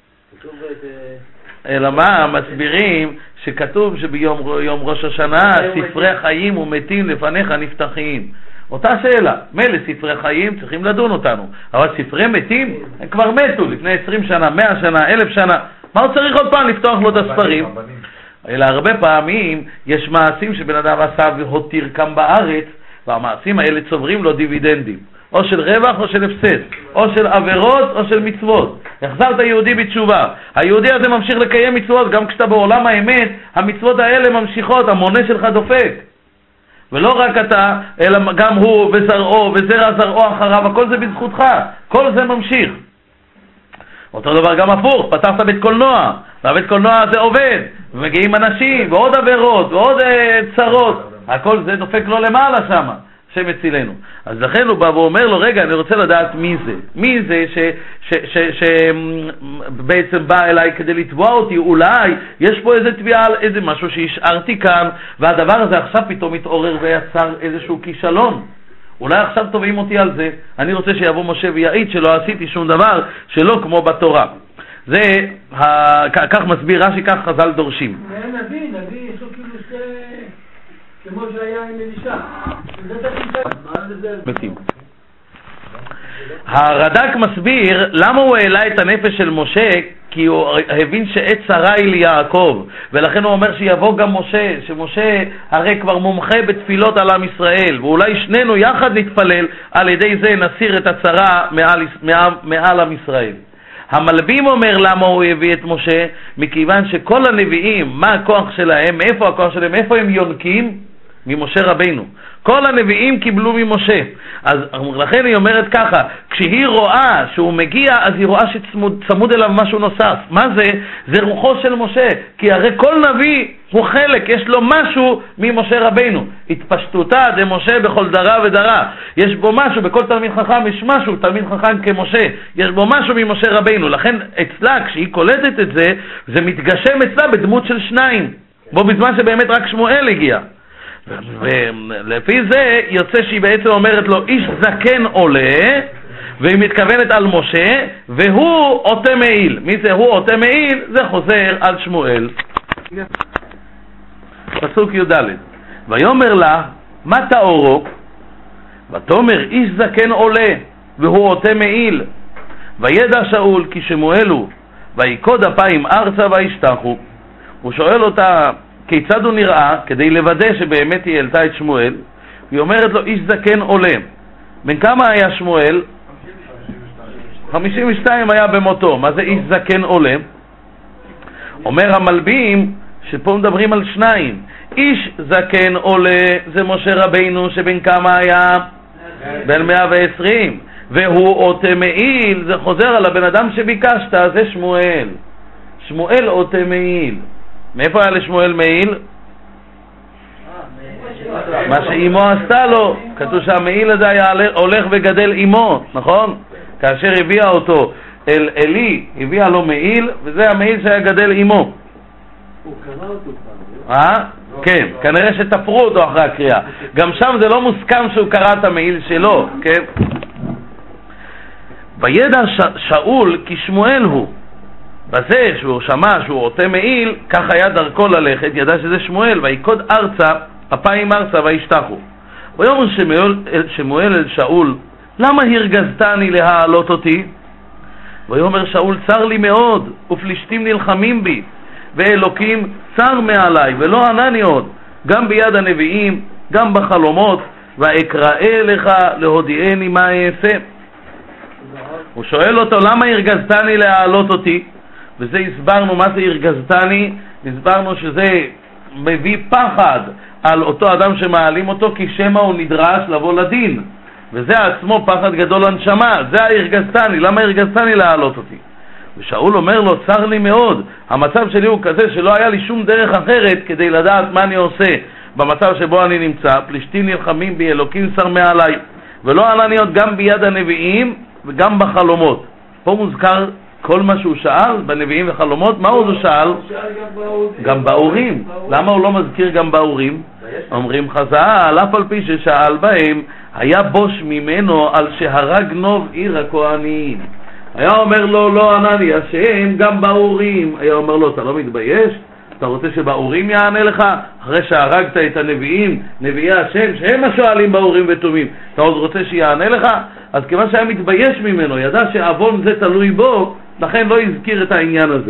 אלא מה? מסבירים שכתוב שביום ראש השנה ספרי חיים ומתים לפניך נפתחים. אותה שאלה, מילא ספרי חיים צריכים לדון אותנו, אבל ספרי מתים הם כבר מתו לפני 20 שנה, 100 שנה, 1000 שנה. מה הוא צריך עוד פעם לפתוח לו את הספרים? אלא הרבה פעמים יש מעשים שבן אדם עשה והותיר כאן בארץ, והמעשים האלה צוברים לו דיבידנדים, או של רווח או של הפסד, או של עבירות או של מצוות. החזרת יהודי בתשובה, היהודי הזה ממשיך לקיים מצוות, גם כשאתה בעולם האמת המצוות האלה ממשיכות, המונה שלך דופק. ולא רק אתה, אלא גם הוא וזרעו וזרע זרעו אחריו, הכל זה בזכותך, כל זה ממשיך. אותו דבר גם הפוך, פתחת בית קולנוע, והבית קולנוע הזה עובד, ומגיעים אנשים ועוד עבירות ועוד צרות, הכל זה דופק לו למעלה שמה, שמצילנו. אז לכן הוא בא ואומר לו, רגע, אני רוצה לדעת מי זה. מי זה שבעצם בא אליי כדי לתבוע אותי? אולי יש פה איזה תביעה על איזה משהו שהשארתי כאן, והדבר הזה עכשיו פתאום מתעורר ויצר איזשהו כישלון. אולי עכשיו תובעים אותי על זה. אני רוצה שיבוא משה ויעיד שלא עשיתי שום דבר שלא כמו בתורה. זה, כך מסביר רש"י, כך חז"ל דורשים. נביא יש לו כאילו כמו שהיה עם אלישע. מתים. הרד"ק מסביר למה הוא העלה את הנפש של משה, כי הוא הבין שעת צרה היא ליעקב, ולכן הוא אומר שיבוא גם משה, שמשה הרי כבר מומחה בתפילות על עם ישראל, ואולי שנינו יחד נתפלל, על ידי זה נסיר את הצרה מעל עם ישראל. המלבים אומר למה הוא הביא את משה, מכיוון שכל הנביאים, מה הכוח שלהם, מאיפה הכוח שלהם, איפה הם יונקים? ממשה רבינו. כל הנביאים קיבלו ממשה. אז לכן היא אומרת ככה, כשהיא רואה שהוא מגיע, אז היא רואה שצמוד אליו משהו נוסף. מה זה? זה רוחו של משה. כי הרי כל נביא הוא חלק, יש לו משהו ממשה רבינו. התפשטותה דמשה בכל דרה ודרה. יש בו משהו, בכל תלמיד חכם יש משהו, תלמיד חכם כמשה. יש בו משהו ממשה רבינו. לכן אצלה, כשהיא קולטת את זה, זה מתגשם אצלה בדמות של שניים. בו בזמן שבאמת רק שמואל הגיע. ולפי זה יוצא שהיא בעצם אומרת לו איש זקן עולה, והיא מתכוונת על משה, והוא עוטה מעיל. מי זה הוא עוטה מעיל? זה חוזר על שמואל. פסוק י"ד. ויאמר לה מה תאורו? ותאמר איש זקן עולה והוא עוטה מעיל. וידע שאול כי שמואל הוא, ויקוד אפיים ארצה וישתחו. הוא שואל אותה כיצד הוא נראה, כדי לוודא שבאמת היא העלתה את שמואל. היא אומרת לו איש זקן עולה. בן כמה היה שמואל? 52 היה במותו. מה זה איש זקן עולה? אומר המלבים שפה מדברים על שניים. איש זקן עולה זה משה רבינו שבן כמה היה? בן 120. והוא עוטה מעיל, זה חוזר על הבן אדם שביקשת, זה שמואל. שמואל עוטה מעיל. מאיפה היה לשמואל מעיל? מה שאימו עשתה לו. כתוב שהמעיל הזה היה הולך וגדל אימו, נכון? כאשר הביאה אותו אל אלי, הביאה לו מעיל, וזה המעיל שהיה גדל אימו. הוא קרא אותו פעם. כן, כנראה שתפרו אותו אחרי הקריאה. גם שם זה לא מוסכם שהוא קרא את המעיל שלו, כן? וידע שאול כי שמואל הוא, בזה שהוא שמע שהוא עוטה מעיל, כך היה דרכו ללכת, ידע שזה שמואל, ויקוד ארצה, אפיים ארצה וישתחו. ויאמר שמואל אל שאול, למה הרגזתני להעלות אותי? ויאמר שאול, צר לי מאוד, ופלישתים נלחמים בי, ואלוקים צר מעלי, ולא ענני עוד, גם ביד הנביאים, גם בחלומות, ואקראה לך להודיעני מה אעשה. הוא שואל אותו, למה הרגזתני להעלות אותי? וזה הסברנו, מה זה הרגזתני? הסברנו שזה מביא פחד על אותו אדם שמעלים אותו, כי שמא הוא נדרש לבוא לדין, וזה עצמו פחד גדול לנשמה. זה הרגזתני, למה הרגזתני להעלות אותי? ושאול אומר לו, צר לי מאוד, המצב שלי הוא כזה שלא היה לי שום דרך אחרת כדי לדעת מה אני עושה במצב שבו אני נמצא. פלישתים נלחמים בי, אלוקים צר מעלי, ולא ענני עוד, גם ביד הנביאים וגם בחלומות. פה מוזכר כל מה שהוא שאל בנביאים וחלומות. מה הוא שאל? גם באורים. למה הוא לא מזכיר גם באורים? אומרים חז"ל, אף על פי ששאל בהם, היה בוש ממנו על שהרג נוב עיר הכהנים. היה אומר לו, לא ענני השם, גם באורים. היה אומר לו, אתה לא מתבייש? אתה רוצה שבאורים יענה לך? אחרי שהרגת את הנביאים, נביאי השם, שהם השואלים באורים ותומים, אתה עוד רוצה שיענה לך? אז כיוון שהיה מתבייש ממנו, ידע שאבון זה תלוי בו, לכן לא הזכיר את העניין הזה.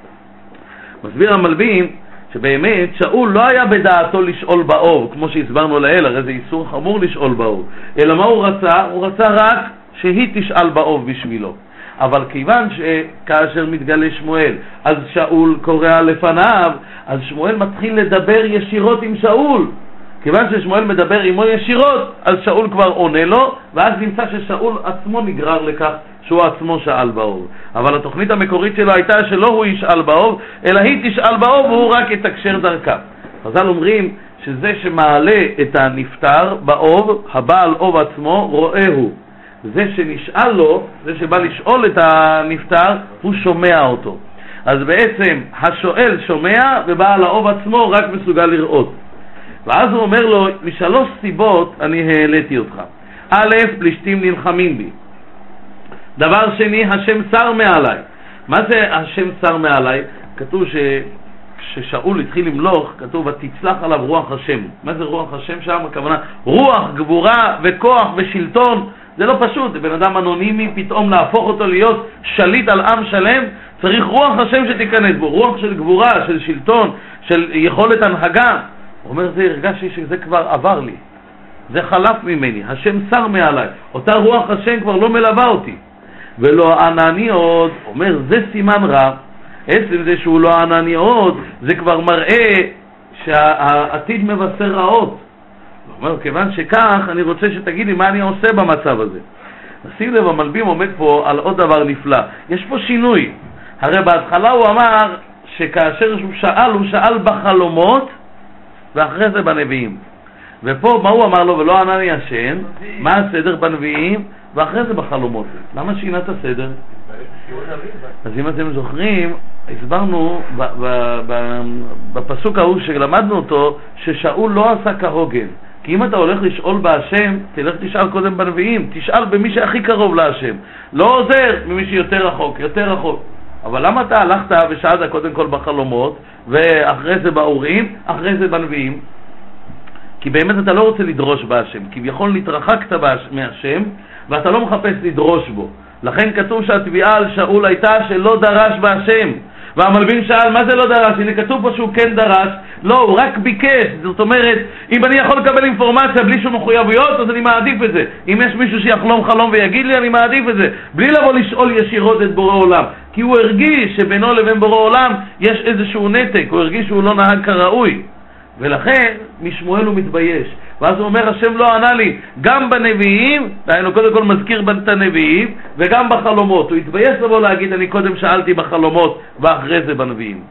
מסביר המלבים שבאמת שאול לא היה בדעתו לשאול באור, כמו שהסברנו לאל, הרי זה איסור חמור לשאול באור, אלא מה הוא רצה? הוא רצה רק שהיא תשאל באור בשבילו. אבל כיוון שכאשר מתגלה שמואל, אז שאול קורא לפניו, אז שמואל מתחיל לדבר ישירות עם שאול. כיוון ששמואל מדבר עמו ישירות, אז שאול כבר עונה לו, ואז נמצא ששאול עצמו נגרר לכך שהוא עצמו שאל באור. אבל התוכנית המקורית שלו הייתה שלא הוא ישאל באור, אלא היא תשאל באור והוא רק יתקשר דרכה. חז"ל אומרים שזה שמעלה את הנפטר באור, הבעל אוב עצמו רואהו. זה שנשאל לו, זה שבא לשאול את הנפטר, הוא שומע אותו. אז בעצם השואל שומע ובעל האוב עצמו רק מסוגל לראות. ואז הוא אומר לו, משלוש סיבות אני העליתי אותך. א', פלישתים נלחמים בי. דבר שני, השם שר מעלי. מה זה השם שר מעלי? כתוב ששאול התחיל למלוך, כתוב ותצלח עליו רוח השם. מה זה רוח השם שם? הכוונה רוח, גבורה וכוח ושלטון. זה לא פשוט, זה בן אדם אנונימי, פתאום להפוך אותו להיות שליט על עם שלם, צריך רוח השם שתיכנס בו, רוח של גבורה, של שלטון, של יכולת הנהגה. הוא אומר, זה הרגשתי שזה כבר עבר לי, זה חלף ממני, השם שר מעלי, אותה רוח השם כבר לא מלווה אותי. ולא ענני עוד, אומר, זה סימן רע. עצם זה שהוא לא ענני עוד, זה כבר מראה שהעתיד מבשר רעות. הוא אומר, כיוון שכך, אני רוצה שתגיד לי מה אני עושה במצב הזה. נשים לב, המלבים עומד פה על עוד דבר נפלא. יש פה שינוי. הרי בהתחלה הוא אמר שכאשר הוא שאל בחלומות, ואחרי זה בנביאים. ופה מה הוא אמר לו? ולא ענני השם, מה הסדר בנביאים, ואחרי זה בחלומות. למה שינה את הסדר? אז אם אתם זוכרים, הסברנו בפסוק ההוא שלמדנו אותו, ששאול לא עשה כהוגן. כי אם אתה הולך לשאול בהשם, תלך תשאל קודם בנביאים, תשאל במי שהכי קרוב להשם. לא עוזר ממי שיותר רחוק, יותר רחוק. אבל למה אתה הלכת ושאלת קודם כל בחלומות, ואחרי זה באורים, אחרי זה בנביאים? כי באמת אתה לא רוצה לדרוש בהשם, כביכול נתרחקת מהשם, ואתה לא מחפש לדרוש בו. לכן כתוב שהתביעה על שאול הייתה שלא דרש בהשם. והמלבים שאל, מה זה לא דרש? הנה כתוב פה שהוא כן דרש. לא, הוא רק ביקש. זאת אומרת, אם אני יכול לקבל אינפורמציה בלי שום מחויבויות, אז אני מעדיף את זה. אם יש מישהו שיחלום חלום ויגיד לי, אני מעדיף את זה. בלי לבוא לשאול ישירות את בורא עולם. כי הוא הרגיש שבינו לבין בורא עולם יש איזשהו נתק. הוא הרגיש שהוא לא נהג כראוי. ולכן משמואל הוא מתבייש. ואז הוא אומר, השם לא ענה לי גם בנביאים, דהיינו קודם כל מזכיר את הנביאים, וגם בחלומות. הוא התבייש לבוא להגיד, אני קודם שאלתי בחלומות ואחרי זה בנביאים.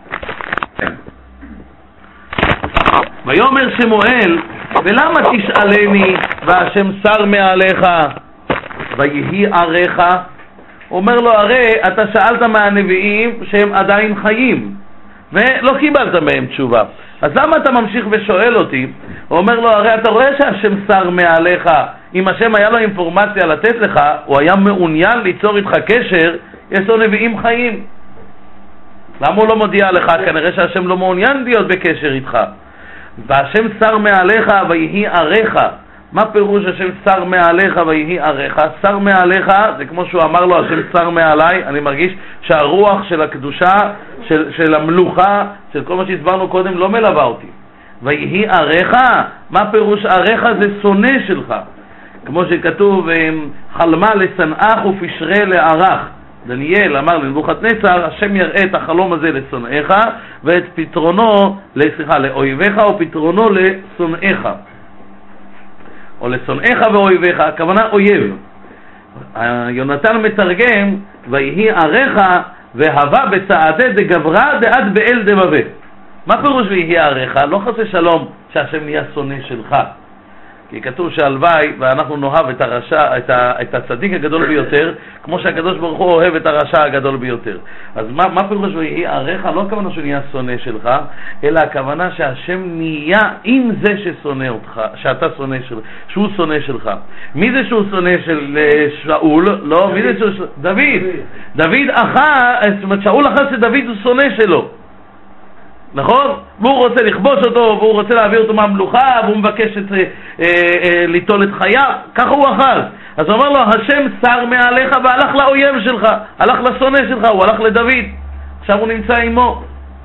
ויאמר שמואל, ולמה תשאלני והשם שר מעליך ויהי עריך? אומר לו, הרי אתה שאלת מהנביאים שהם עדיין חיים ולא קיבלת מהם תשובה, אז למה אתה ממשיך ושואל אותי? הוא אומר לו, הרי אתה רואה שהשם שר מעליך. אם השם היה לו אינפורמציה לתת לך, הוא היה מעוניין ליצור איתך קשר, יש לו נביאים חיים. למה הוא לא מודיע לך? כנראה שהשם לא מעוניין להיות בקשר איתך. והשם שר מעליך ויהי עריך. מה פירוש השם שר מעליך ויהי עריך? שר מעליך זה כמו שהוא אמר לו, השם שר מעליי. אני מרגיש שהרוח של הקדושה, של המלוכה, של כל מה שהסברנו קודם לא מלווה אותי. ויהי עריך, מה פירוש עריך? זה שונא שלך, כמו שכתוב חלמה לשנאך ופשרה לערך. דניאל אמר לנבוכדנצר, השם יראה את החלום הזה לשונאיך ואת פתרונו, לאויביך ופתרונו לשונאיך, או לשונאיך ואויביך, הכוונה אויב. יונתן מתרגם ויהי עריך והווה בצעדי דגברה דעד באל דבבה. מה פירוש ויהי עריך? לא חס ושלום שהשם נהיה שונא שלך, כי כתוב שהלוואי ואנחנו נאהב את הרשע, את הצדיק הגדול ביותר, כמו שהקדוש ברוך הוא אוהב את הרשע הגדול ביותר. אז מה פירוש ויהי עריך? לא הכוונה שהוא נהיה שונא שלך, אלא הכוונה שהשם נהיה עם זה ששונא אותך, שאתה שונא שלך, שהוא שונא שלך. מי זה שהוא שונא של שאול? לא, מי זה שהוא... דוד אחר, זאת אומרת שאול אחר שדוד הוא שונא שלו, נכון? והוא רוצה לכבוש אותו, והוא רוצה להעביר אותו מהמלוכה, והוא מבקש ליטול את חייו, ככה הוא אחז. אז הוא אומר לו, השם שר מעליך והלך לאויב שלך, הלך לשונא שלך, הוא הלך לדוד, עכשיו הוא נמצא עמו.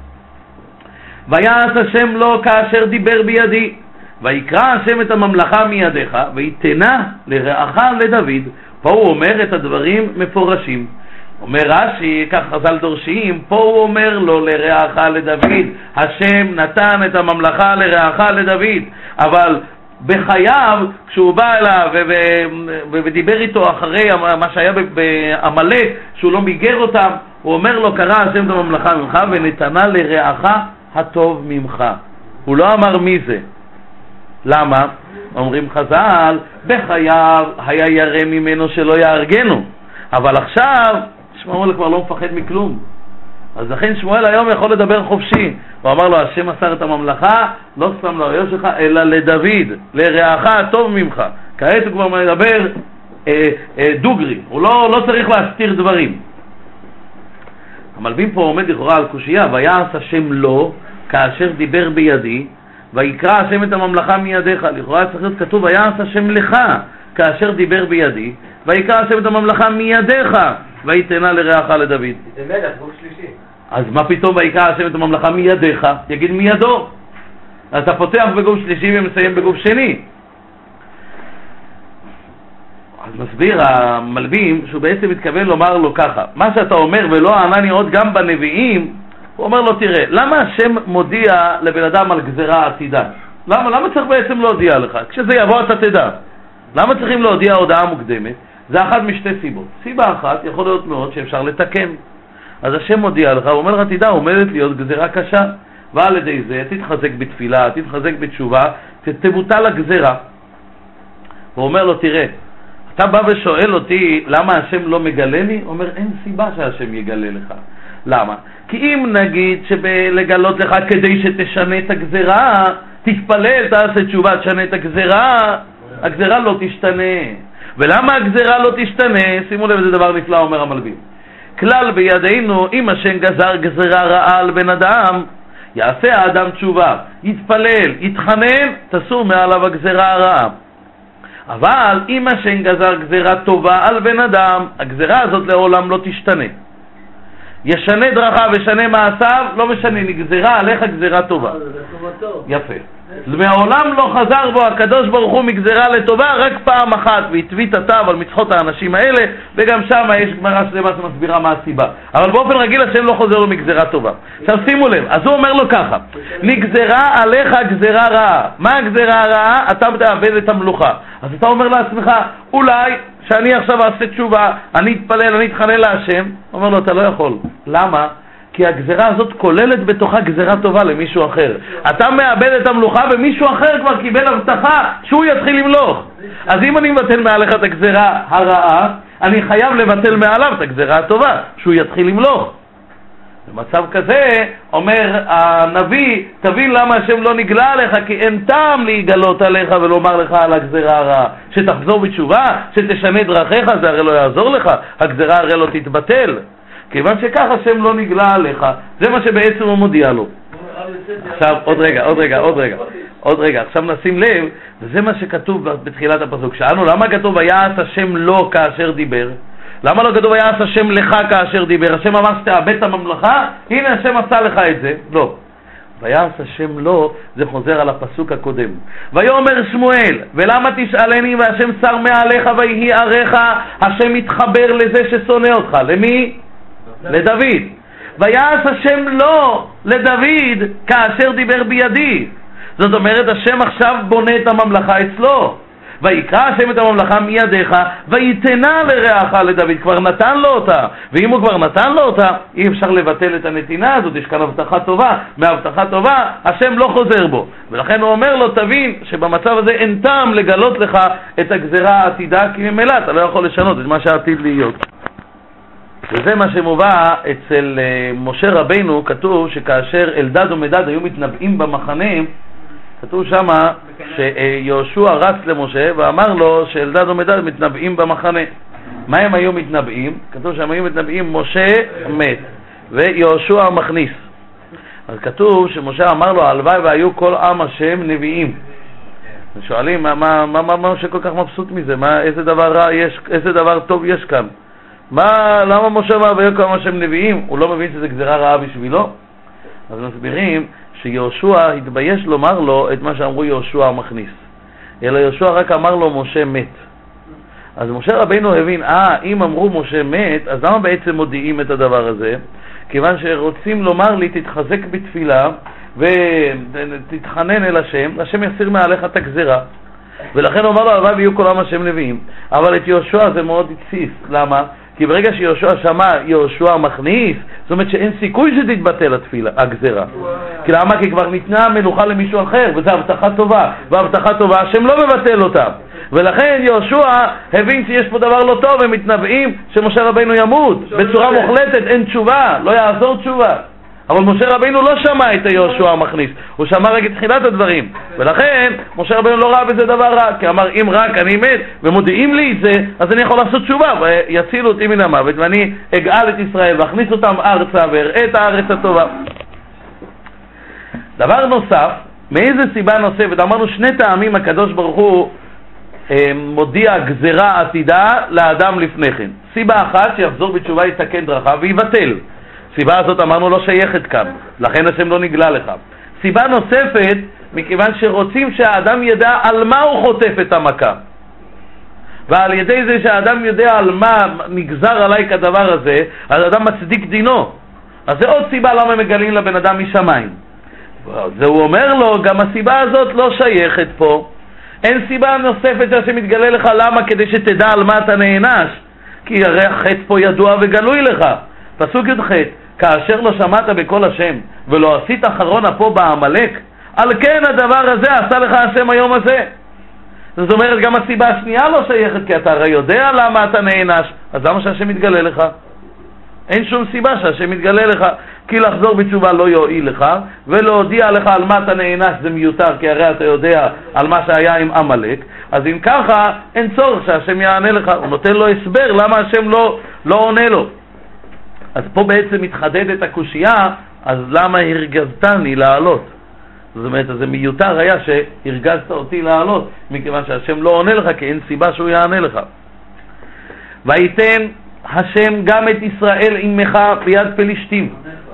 ויעש השם לו כאשר דיבר בידי, ויקרא השם את הממלכה מידיך, ויתנה לרעך לדוד. פה הוא אומר את הדברים מפורשים. אומר רש"י, כך חז"ל דורשים, פה הוא אומר לו לרעך לדוד, השם נתן את הממלכה לרעך לדוד, אבל בחייו, כשהוא בא אליו ודיבר איתו אחרי מה שהיה בעמלק, שהוא לא מיגר אותם, הוא אומר לו, קרא השם את הממלכה ממך ונתנה לרעך הטוב ממך. הוא לא אמר מי זה. למה? אומרים חז"ל, בחייו היה ירא ממנו שלא יהרגנו, אבל עכשיו שמואל כבר לא מפחד מכלום. אז לכן שמואל היום יכול לדבר חופשי. הוא אמר לו, השם מסר את הממלכה לא סתם לאויב שלך אלא לדוד, לרעך הטוב ממך. כעת הוא כבר מדבר דוגרי, הוא לא צריך להסתיר דברים. המלבים פה עומד לכאורה על קושייה, ויעש השם לו כאשר דיבר בידי, ויקרא השם את הממלכה מידיך. לכאורה צריך להיות כתוב ויעש השם לך כאשר דיבר בידי, ויקרא השם את הממלכה מידיך, ויתנה לרעך לדוד. זה מלך, גוף שלישי. אז מה פתאום ויקרא השם את הממלכה מידיך? יגיד מידו. אז אתה פותח בגוף שלישי ומסיים בגוף שני. אז מסביר המלבים שהוא בעצם מתכוון לומר לו ככה, מה שאתה אומר ולא ענני עוד גם בנביאים, הוא אומר לו, תראה, למה השם מודיע לבן אדם על גזרה עתידה? למה צריך בעצם להודיע לך? כשזה יבוא אתה תדע. למה צריכים להודיע הודעה מוקדמת? זה אחת משתי סיבות. סיבה אחת, יכול להיות מאוד שאפשר לתקן. אז השם מודיע לך, הוא אומר לך, תדע, עומדת להיות גזרה קשה, ועל ידי זה תתחזק בתפילה, תתחזק בתשובה, תבוטל הגזרה. הוא אומר לו, תראה, אתה בא ושואל אותי למה השם לא מגלה לי? הוא אומר, אין סיבה שהשם יגלה לך. למה? כי אם נגיד שלגלות לך כדי שתשנה את הגזרה, תתפלל, תעשה תשובה, תשנה את הגזרה, הגזרה לא תשתנה. ולמה הגזרה לא תשתנה? שימו לב, זה דבר נפלא, אומר המלבים. כלל בידינו, אם השם גזר גזרה רעה על בן אדם, יעשה האדם תשובה, יתפלל, יתחנן, תסור מעליו הגזרה הרעה. אבל אם השם גזר גזרה טובה על בן אדם, הגזרה הזאת לעולם לא תשתנה. ישנה דרכיו ושנה מעשיו, לא משנה, נגזרה עליך גזרה טובה. יפה. מעולם לא חזר בו הקדוש ברוך הוא מגזרה לטובה, רק פעם אחת, והתווית התו על מצחות האנשים האלה, וגם שם יש גמרא שלמה שמסבירה מה הסיבה. אבל באופן רגיל השם לא חוזר לו מגזרה טובה. עכשיו שימו לב, אז הוא אומר לו ככה, נגזרה עליך גזרה רעה. מה הגזרה הרעה? אתה תאבד את המלוכה. אז אתה אומר לעצמך, אולי שאני עכשיו אעשה תשובה, אני אתפלל, אני אתחנן להשם. הוא אומר לו, אתה לא יכול. למה? כי הגזרה הזאת כוללת בתוכה גזרה טובה למישהו אחר. אתה מאבד את המלוכה ומישהו אחר כבר קיבל הבטחה שהוא יתחיל למלוך. אז אם אני מבטל מעליך את הגזרה הרעה, אני חייב לבטל מעליו את הגזרה הטובה, שהוא יתחיל למלוך. במצב כזה, אומר הנביא, תבין למה השם לא נגלה עליך, כי אין טעם להיגלות עליך ולומר לך על הגזרה הרעה. שתחזור בתשובה, שתשנה דרכיך, זה הרי לא יעזור לך, הגזרה הרי לא תתבטל. כיוון שכך השם לא נגלה עליך. זה מה שבעצם הוא מודיע לו. עכשיו, עוד רגע, עכשיו נשים לב, וזה מה שכתוב בתחילת הפסוק. שאלנו, למה כתוב ויעש השם לא כאשר דיבר? למה לא כתוב ויעש השם לך כאשר דיבר? השם אמר שתאבד את הממלכה, הנה השם עשה לך את זה. לא. ויעש השם לא, זה חוזר על הפסוק הקודם. ויאמר שמואל, ולמה תשאלני והשם שר מעליך ויהי עריך? השם מתחבר לזה ששונא אותך. למי? לדוד. ויעש השם לא לדוד כאשר דיבר בידי. זאת אומרת, השם עכשיו בונה את הממלכה אצלו. ויקרא השם את הממלכה מידיך ויתנה לרעך לדוד. כבר נתן לו אותה, ואם הוא כבר נתן לו אותה, אי אפשר לבטל את הנתינה הזאת. יש כאן הבטחה טובה, מהבטחה טובה השם לא חוזר בו, ולכן הוא אומר לו, תבין שבמצב הזה אין טעם לגלות לך את הגזרה העתידה, כי ממילא אתה לא יכול לשנות את מה שעתיד להיות. וזה מה שמובא אצל משה רבינו. כתוב שכאשר אלדד ומדד היו מתנבאים במחנה, כתוב שמה שיהושע רץ למשה ואמר לו שאלדד ומדד מתנבאים במחנה. מה הם היו מתנבאים? כתוב שהם היו מתנבאים משה מת ויהושע מכניס. אז כתוב שמשה אמר לו, הלוואי והיו כל עם השם נביאים. שואלים, מה שכל כך מבסוט מזה? איזה דבר רע יש, איזה דבר טוב יש כאן? למה משה אמר והיו כל עם השם נביאים? הוא לא מבין שזה גזירה רעה בשבילו? אז מסבירים שיהושע התבייש לומר לו את מה שאמרו יהושע מכניס, אלא יהושע רק אמר לו משה מת. אז משה רבינו הבין, אם אמרו משה מת, אז למה בעצם מודיעים את הדבר הזה? כיוון שרוצים לומר לי, תתחזק בתפילה ותתחנן אל השם, השם יסיר מעליך את הגזירה. ולכן הוא אמר לו, הלוואי ויהיו כל עם השם נביאים. אבל את יהושע זה מאוד התסיס. למה? כי ברגע שיהושע שמע יהושע מכניס, זאת אומרת שאין סיכוי שתתבטל התפילה, הגזירה. כי למה? כי כבר ניתנה מנוחה למישהו אחר, וזו הבטחה טובה, והבטחה טובה השם לא מבטל אותה. ולכן יהושע הבין שיש פה דבר לא טוב, הם מתנבאים שמשה רבינו ימות בצורה מוחלטת, אין תשובה, לא יעזור תשובה. אבל משה רבינו לא שמע את יהושע המכניס, הוא שמע רק את תחילת הדברים, ולכן משה רבינו לא ראה בזה דבר רע, כי אמר, אם רק אני מת ומודיעים לי את זה, אז אני יכול לעשות תשובה ויצילו אותי מן המוות, ואני אגאל את ישראל ואכניס אותם ארצה ואראה את הארץ הטובה. דבר נוסף, מאיזה סיבה נוספת? אמרנו שני טעמים הקדוש ברוך הוא מודיע גזירה עתידה לאדם לפני כן. סיבה אחת, שיחזור בתשובה, יתקן דרכיו ויבטל. סיבה הזאת אמרנו לא שייכת כאן, לכן השם לא נגלה לך. סיבה נוספת, מכיוון שרוצים שהאדם ידע על מה הוא חוטף את המכה, ועל ידי זה שהאדם יודע על מה נגזר עליי כדבר הזה, אז האדם מצדיק דינו. אז זה עוד סיבה למה מגלים לבן אדם משמיים. זה הוא אומר לו, גם הסיבה הזאת לא שייכת פה. אין סיבה נוספת שהשם מתגלה לך. למה? כדי שתדע על מה אתה נענש, כי הרי החטא פה ידוע וגלוי לך. פסוק י"ח, כאשר לא שמעת בקול השם ולא עשית אחרון אפו בעמלק, על כן הדבר הזה עשה לך השם היום הזה. זאת אומרת, גם הסיבה השנייה לא שייכת, כי אתה הרי יודע למה אתה נענש, אז למה שהשם מתגלה לך? אין שום סיבה שהשם מתגלה לך, כי לחזור בתשובה לא יועיל לך, ולהודיע לך על מה אתה נענש זה מיותר, כי הרי אתה יודע על מה שהיה עם עמלק. אז אם ככה, אין צורך שהשם יענה לך. הוא נותן לו הסבר למה השם לא עונה לו. אז פה בעצם מתחדדת הקושייה, אז למה הרגזתני לעלות? זאת אומרת, זה מיותר היה שהרגזת אותי לעלות, מכיוון שהשם לא עונה לך, כי אין סיבה שהוא יענה לך. ויתן השם גם את ישראל עמך ביד פלישתים,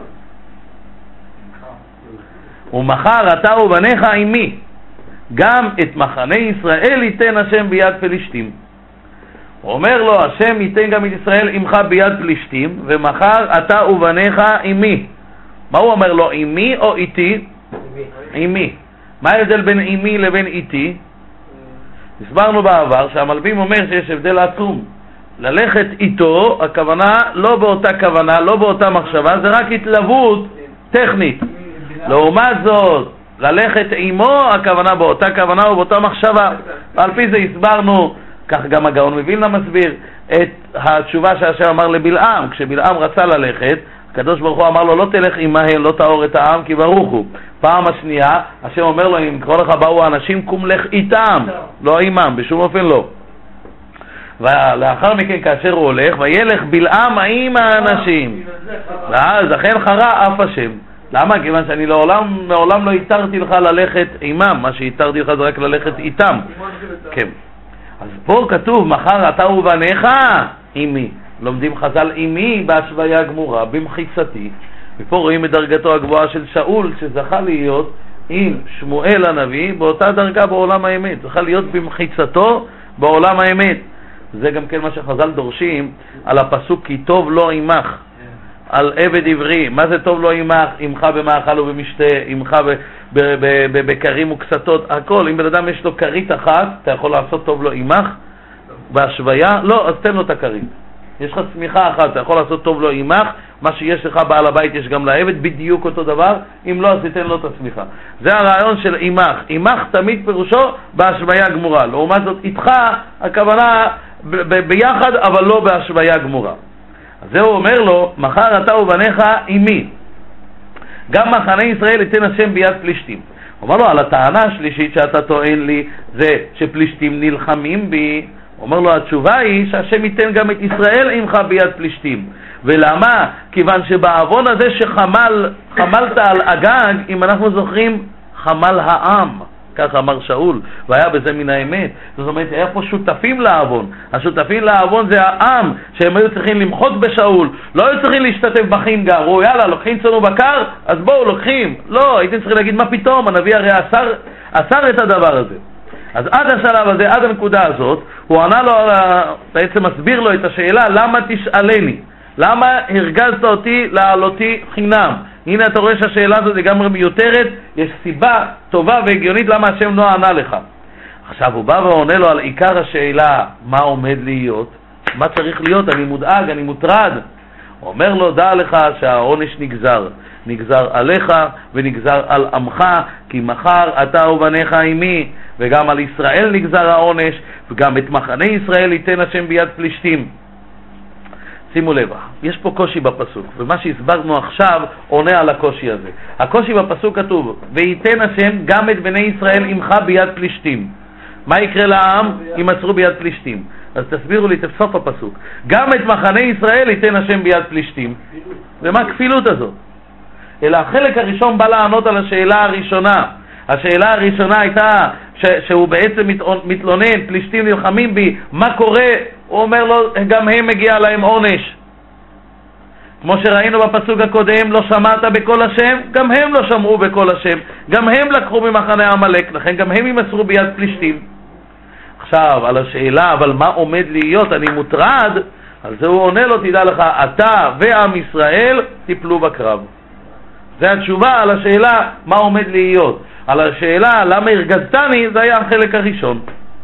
ומחר אתה ובניך עמי, גם את מחנה ישראל ייתן השם ביד פלישתים. הוא אומר לו, השם ייתן גם את ישראל עמך ביד פלישתים, ומחר אתה ובניך עמי. מה הוא אומר לו, עמי או איתי? עמי. מה ההבדל בין עמי לבין איתי? הסברנו בעבר שהמלבים אומר שיש הבדל עצום. ללכת איתו, הכוונה לא באותה כוונה, לא באותה מחשבה, זה רק התלוות טכנית. לעומת זאת, ללכת עמו, הכוונה באותה כוונה ובאותה מחשבה. ועל פי זה הסברנו, כך גם הגאון מווילנה מסביר, את התשובה שהשם אמר לבלעם. כשבלעם רצה ללכת, הקדוש ברוך הוא אמר לו, לא תלך עמהם, לא תאור את העם, כי ברוך הוא. פעם השנייה, השם אומר לו, אם קרוא לך באו האנשים, קום לך איתם, לא עמם, בשום אופן לא. ולאחר מכן כאשר הוא הולך, וילך בלעם עם האנשים, ואז אכן חרה אף השם. למה? כיוון שאני מעולם לא התרתי לך ללכת עימם, מה שהתרתי לך זה רק ללכת איתם. כן. אז פה כתוב, מחר אתה ובניך עימי. לומדים חז"ל עימי בהשוויה גמורה, במחיצתי. ופה רואים את דרגתו הגבוהה של שאול, שזכה להיות עם שמואל הנביא באותה דרגה בעולם האמת. זכה להיות במחיצתו בעולם האמת. זה גם כן מה שחז"ל דורשים על הפסוק כי טוב לא עמך, על עבד עברי. מה זה טוב לא עמך? עמך במאכל ובמשתה, עמך בקרים וקסתות, הכל. אם בן אדם יש לו קרית אחת, אתה יכול לעשות טוב לו עמך בהשוויה? לא, אז תן לו את הקרית. יש לך צמיחה אחת, אתה יכול לעשות טוב לו עמך, מה שיש לך בעל הבית יש גם לעבד, בדיוק אותו דבר. אם לא, אז תיתן לו את הצמיחה. זה הרעיון של עמך. עמך תמיד פירושו בהשוויה גמורה. לעומת זאת איתך הכוונה ביחד, אבל לא בהשוויה גמורה. אז זהו אומר לו, מחר אתה ובניך עמי, גם מחנה ישראל ייתן השם ביד פלישתים. הוא אומר לו, על הטענה השלישית שאתה טוען לי זה שפלישתים נלחמים בי, הוא אומר לו, התשובה היא שהשם ייתן גם את ישראל עמך ביד פלישתים. ולמה? כיוון שבעוון הזה שחמלת על אגג, אם אנחנו זוכרים, חמל העם, כך אמר שאול, והיה בזה מן האמת. זאת אומרת, היה פה שותפים לעוון. השותפים לעוון זה העם, שהם היו צריכים למחות בשאול, לא היו צריכים להשתתף בחינגה. הוא יאללה, לוקחים צאנו בקר, אז בואו לוקחים. לא, הייתם צריכים להגיד מה פתאום, הנביא הרי אסר את הדבר הזה. אז עד השלב הזה, עד הנקודה הזאת, הוא ענה לו, בעצם מסביר לו את השאלה, למה תשאלני? למה הרגזת אותי לעלותי חינם? הנה אתה רואה שהשאלה הזאת לגמרי מיותרת, יש סיבה טובה והגיונית למה השם לא ענה לך. עכשיו הוא בא ועונה לו על עיקר השאלה, מה עומד להיות? מה צריך להיות? אני מודאג, אני מוטרד. הוא אומר לו, דע לך שהעונש נגזר עליך ונגזר על עמך, כי מחר אתה ובניך עמי, וגם על ישראל נגזר העונש, וגם את מחנה ישראל ייתן השם ביד פלישתים. שימו לב, יש פה קושי בפסוק, ומה שהסברנו עכשיו עונה על הקושי הזה. הקושי בפסוק כתוב, וייתן השם גם את בני ישראל עמך ביד פלישתים. מה יקרה לעם אם עצרו ביד פלישתים? אז תסבירו לי את סוף הפסוק. גם את מחנה ישראל ייתן השם ביד פלישתים. ומה הכפילות הזאת? אלא החלק הראשון בא לענות על השאלה הראשונה. השאלה הראשונה הייתה שהוא בעצם מתלונן, פלישתים נלחמים בי, מה קורה? הוא אומר לו, גם הם מגיע להם עונש. כמו שראינו בפסוק הקודם, לא שמעת בקול השם, גם הם לא שמעו בקול השם. גם הם לקחו ממחנה עמלק, לכן גם הם ימסרו ביד פלישתים. עכשיו, על השאלה, אבל מה עומד להיות? אני מוטרד. על זה הוא עונה לו, תדע לך, אתה ועם ישראל תיפלו בקרב. זה התשובה על השאלה, מה עומד להיות. על השאלה, למה הרגזתני, זה היה החלק הראשון.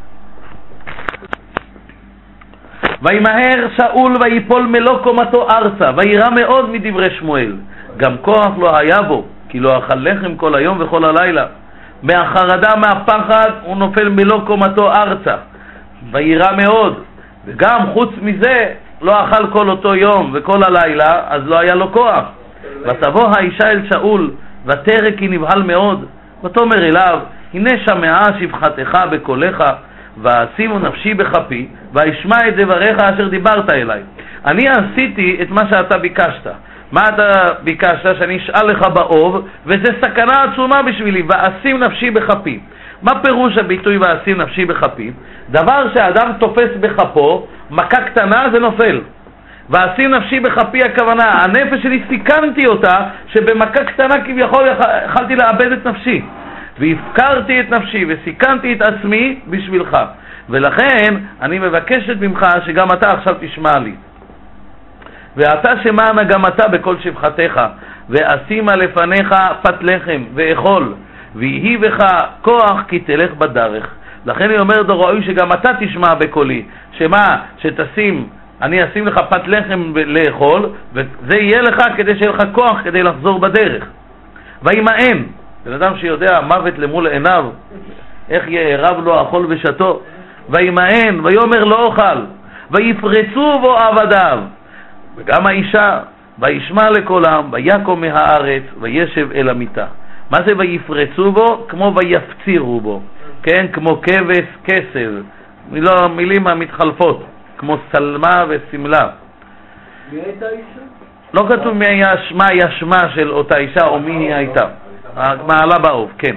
וימהר שאול ויפול מלוא קומתו ארצה, וירא מאוד מדברי שמואל. גם כוח לא היה בו, כי לא אכל לחם כל היום וכל הלילה. מהחרדה, מהפחד, הוא נופל מלוא קומתו ארצה. וירא מאוד. וגם חוץ מזה, לא אכל כל אותו יום וכל הלילה, אז לא היה לו כוח. ותבוא האישה אל שאול, ותרא כי נבהל מאוד. ותאמר אליו, הנה שמעה שפחתך בקולך, ואשימו נפשי בכפי, ואשמע את דבריך אשר דיברת אליי. אני עשיתי את מה שאתה ביקשת. מה אתה ביקשת? שאני אשאל לך באוב, וזה סכנה עצומה בשבילי, ואשים נפשי בכפי. מה פירוש הביטוי ואשים נפשי בכפי? דבר שאדם תופס בכפו, מכה קטנה זה נופל. ואשים נפשי בכפי הכוונה, הנפש שלי סיכנתי אותה, שבמכה קטנה כביכול יכלתי לאבד את נפשי. והפקרתי את נפשי וסיכנתי את עצמי בשבילך. ולכן אני מבקשת ממך שגם אתה עכשיו תשמע לי. ואתה שמענה גם אתה בכל שפחתך, ואשימה לפניך פת לחם ואכול, ויהי בך כוח כי תלך בדרך. לכן אני אומר דורוי שגם אתה תשמע בקולי, שמה? שתשים, אני אשים לך פת לחם לאכול, וזה יהיה לך כדי שיהיה לך כוח כדי לחזור בדרך. וימאן, בן אדם שיודע מוות למול עיניו, איך יערב לו אכול ושתו. וימאן, ויאמר לא אוכל, ויפרצו בו עבדיו. וגם האישה, וישמע לקולם, ויקום מהארץ, וישב אל המיטה. מה זה ויפרצו בו? כמו ויפצירו בו, כן? כמו כבש כסב, מילים המתחלפות. כמו סלמה וסמלה. מי הייתה אישה? לא כתוב מי היה שמה של אותה אישה או מי היא הייתה. מעלה באוב, כן.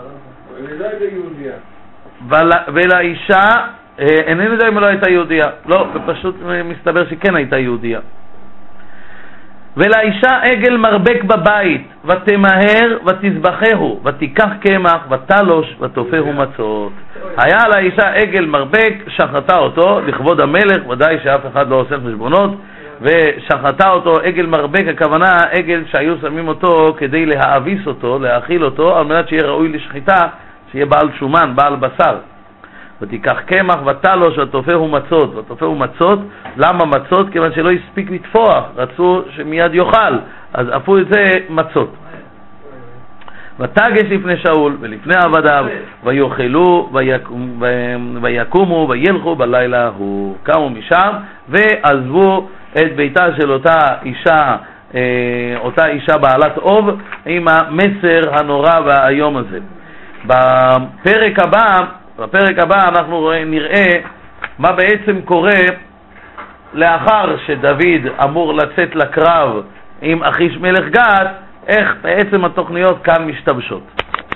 ולאישה, אינני יודע אם לא הייתה יהודיה. לא, פשוט מסתבר שכן הייתה יהודיה. ולאישה עגל מרבק בבית, ותמהר ותזבחהו, ותיקח קמח, ותלוש, ותופהו מצות. היה לאישה עגל מרבק, שחטה אותו לכבוד המלך, ודאי שאף אחד לא עושה חשבונות, ושחטה אותו. עגל מרבק, הכוונה עגל שהיו שמים אותו כדי להאביס אותו, להאכיל אותו, על מנת שיהיה ראוי לשחיטה, שיהיה בעל שומן, בעל בשר. ותיקח קמח ותלוש ותופהו מצות. ותופהו מצות, למה מצות? כיוון שלא הספיק לתפוח, רצו שמיד יאכל, אז אפו את זה מצות. ותגש לפני שאול ולפני עבדיו, ויאכלו ויקומו וילכו בלילה ההוא. קמו משם ועזבו את ביתה של אותה אישה בעלת אוב, עם המסר הנורא והיום הזה. בפרק הבא אנחנו נראה מה בעצם קורה לאחר שדוד אמור לצאת לקרב עם אחיש מלך גת, איך בעצם התוכניות כאן משתבשות.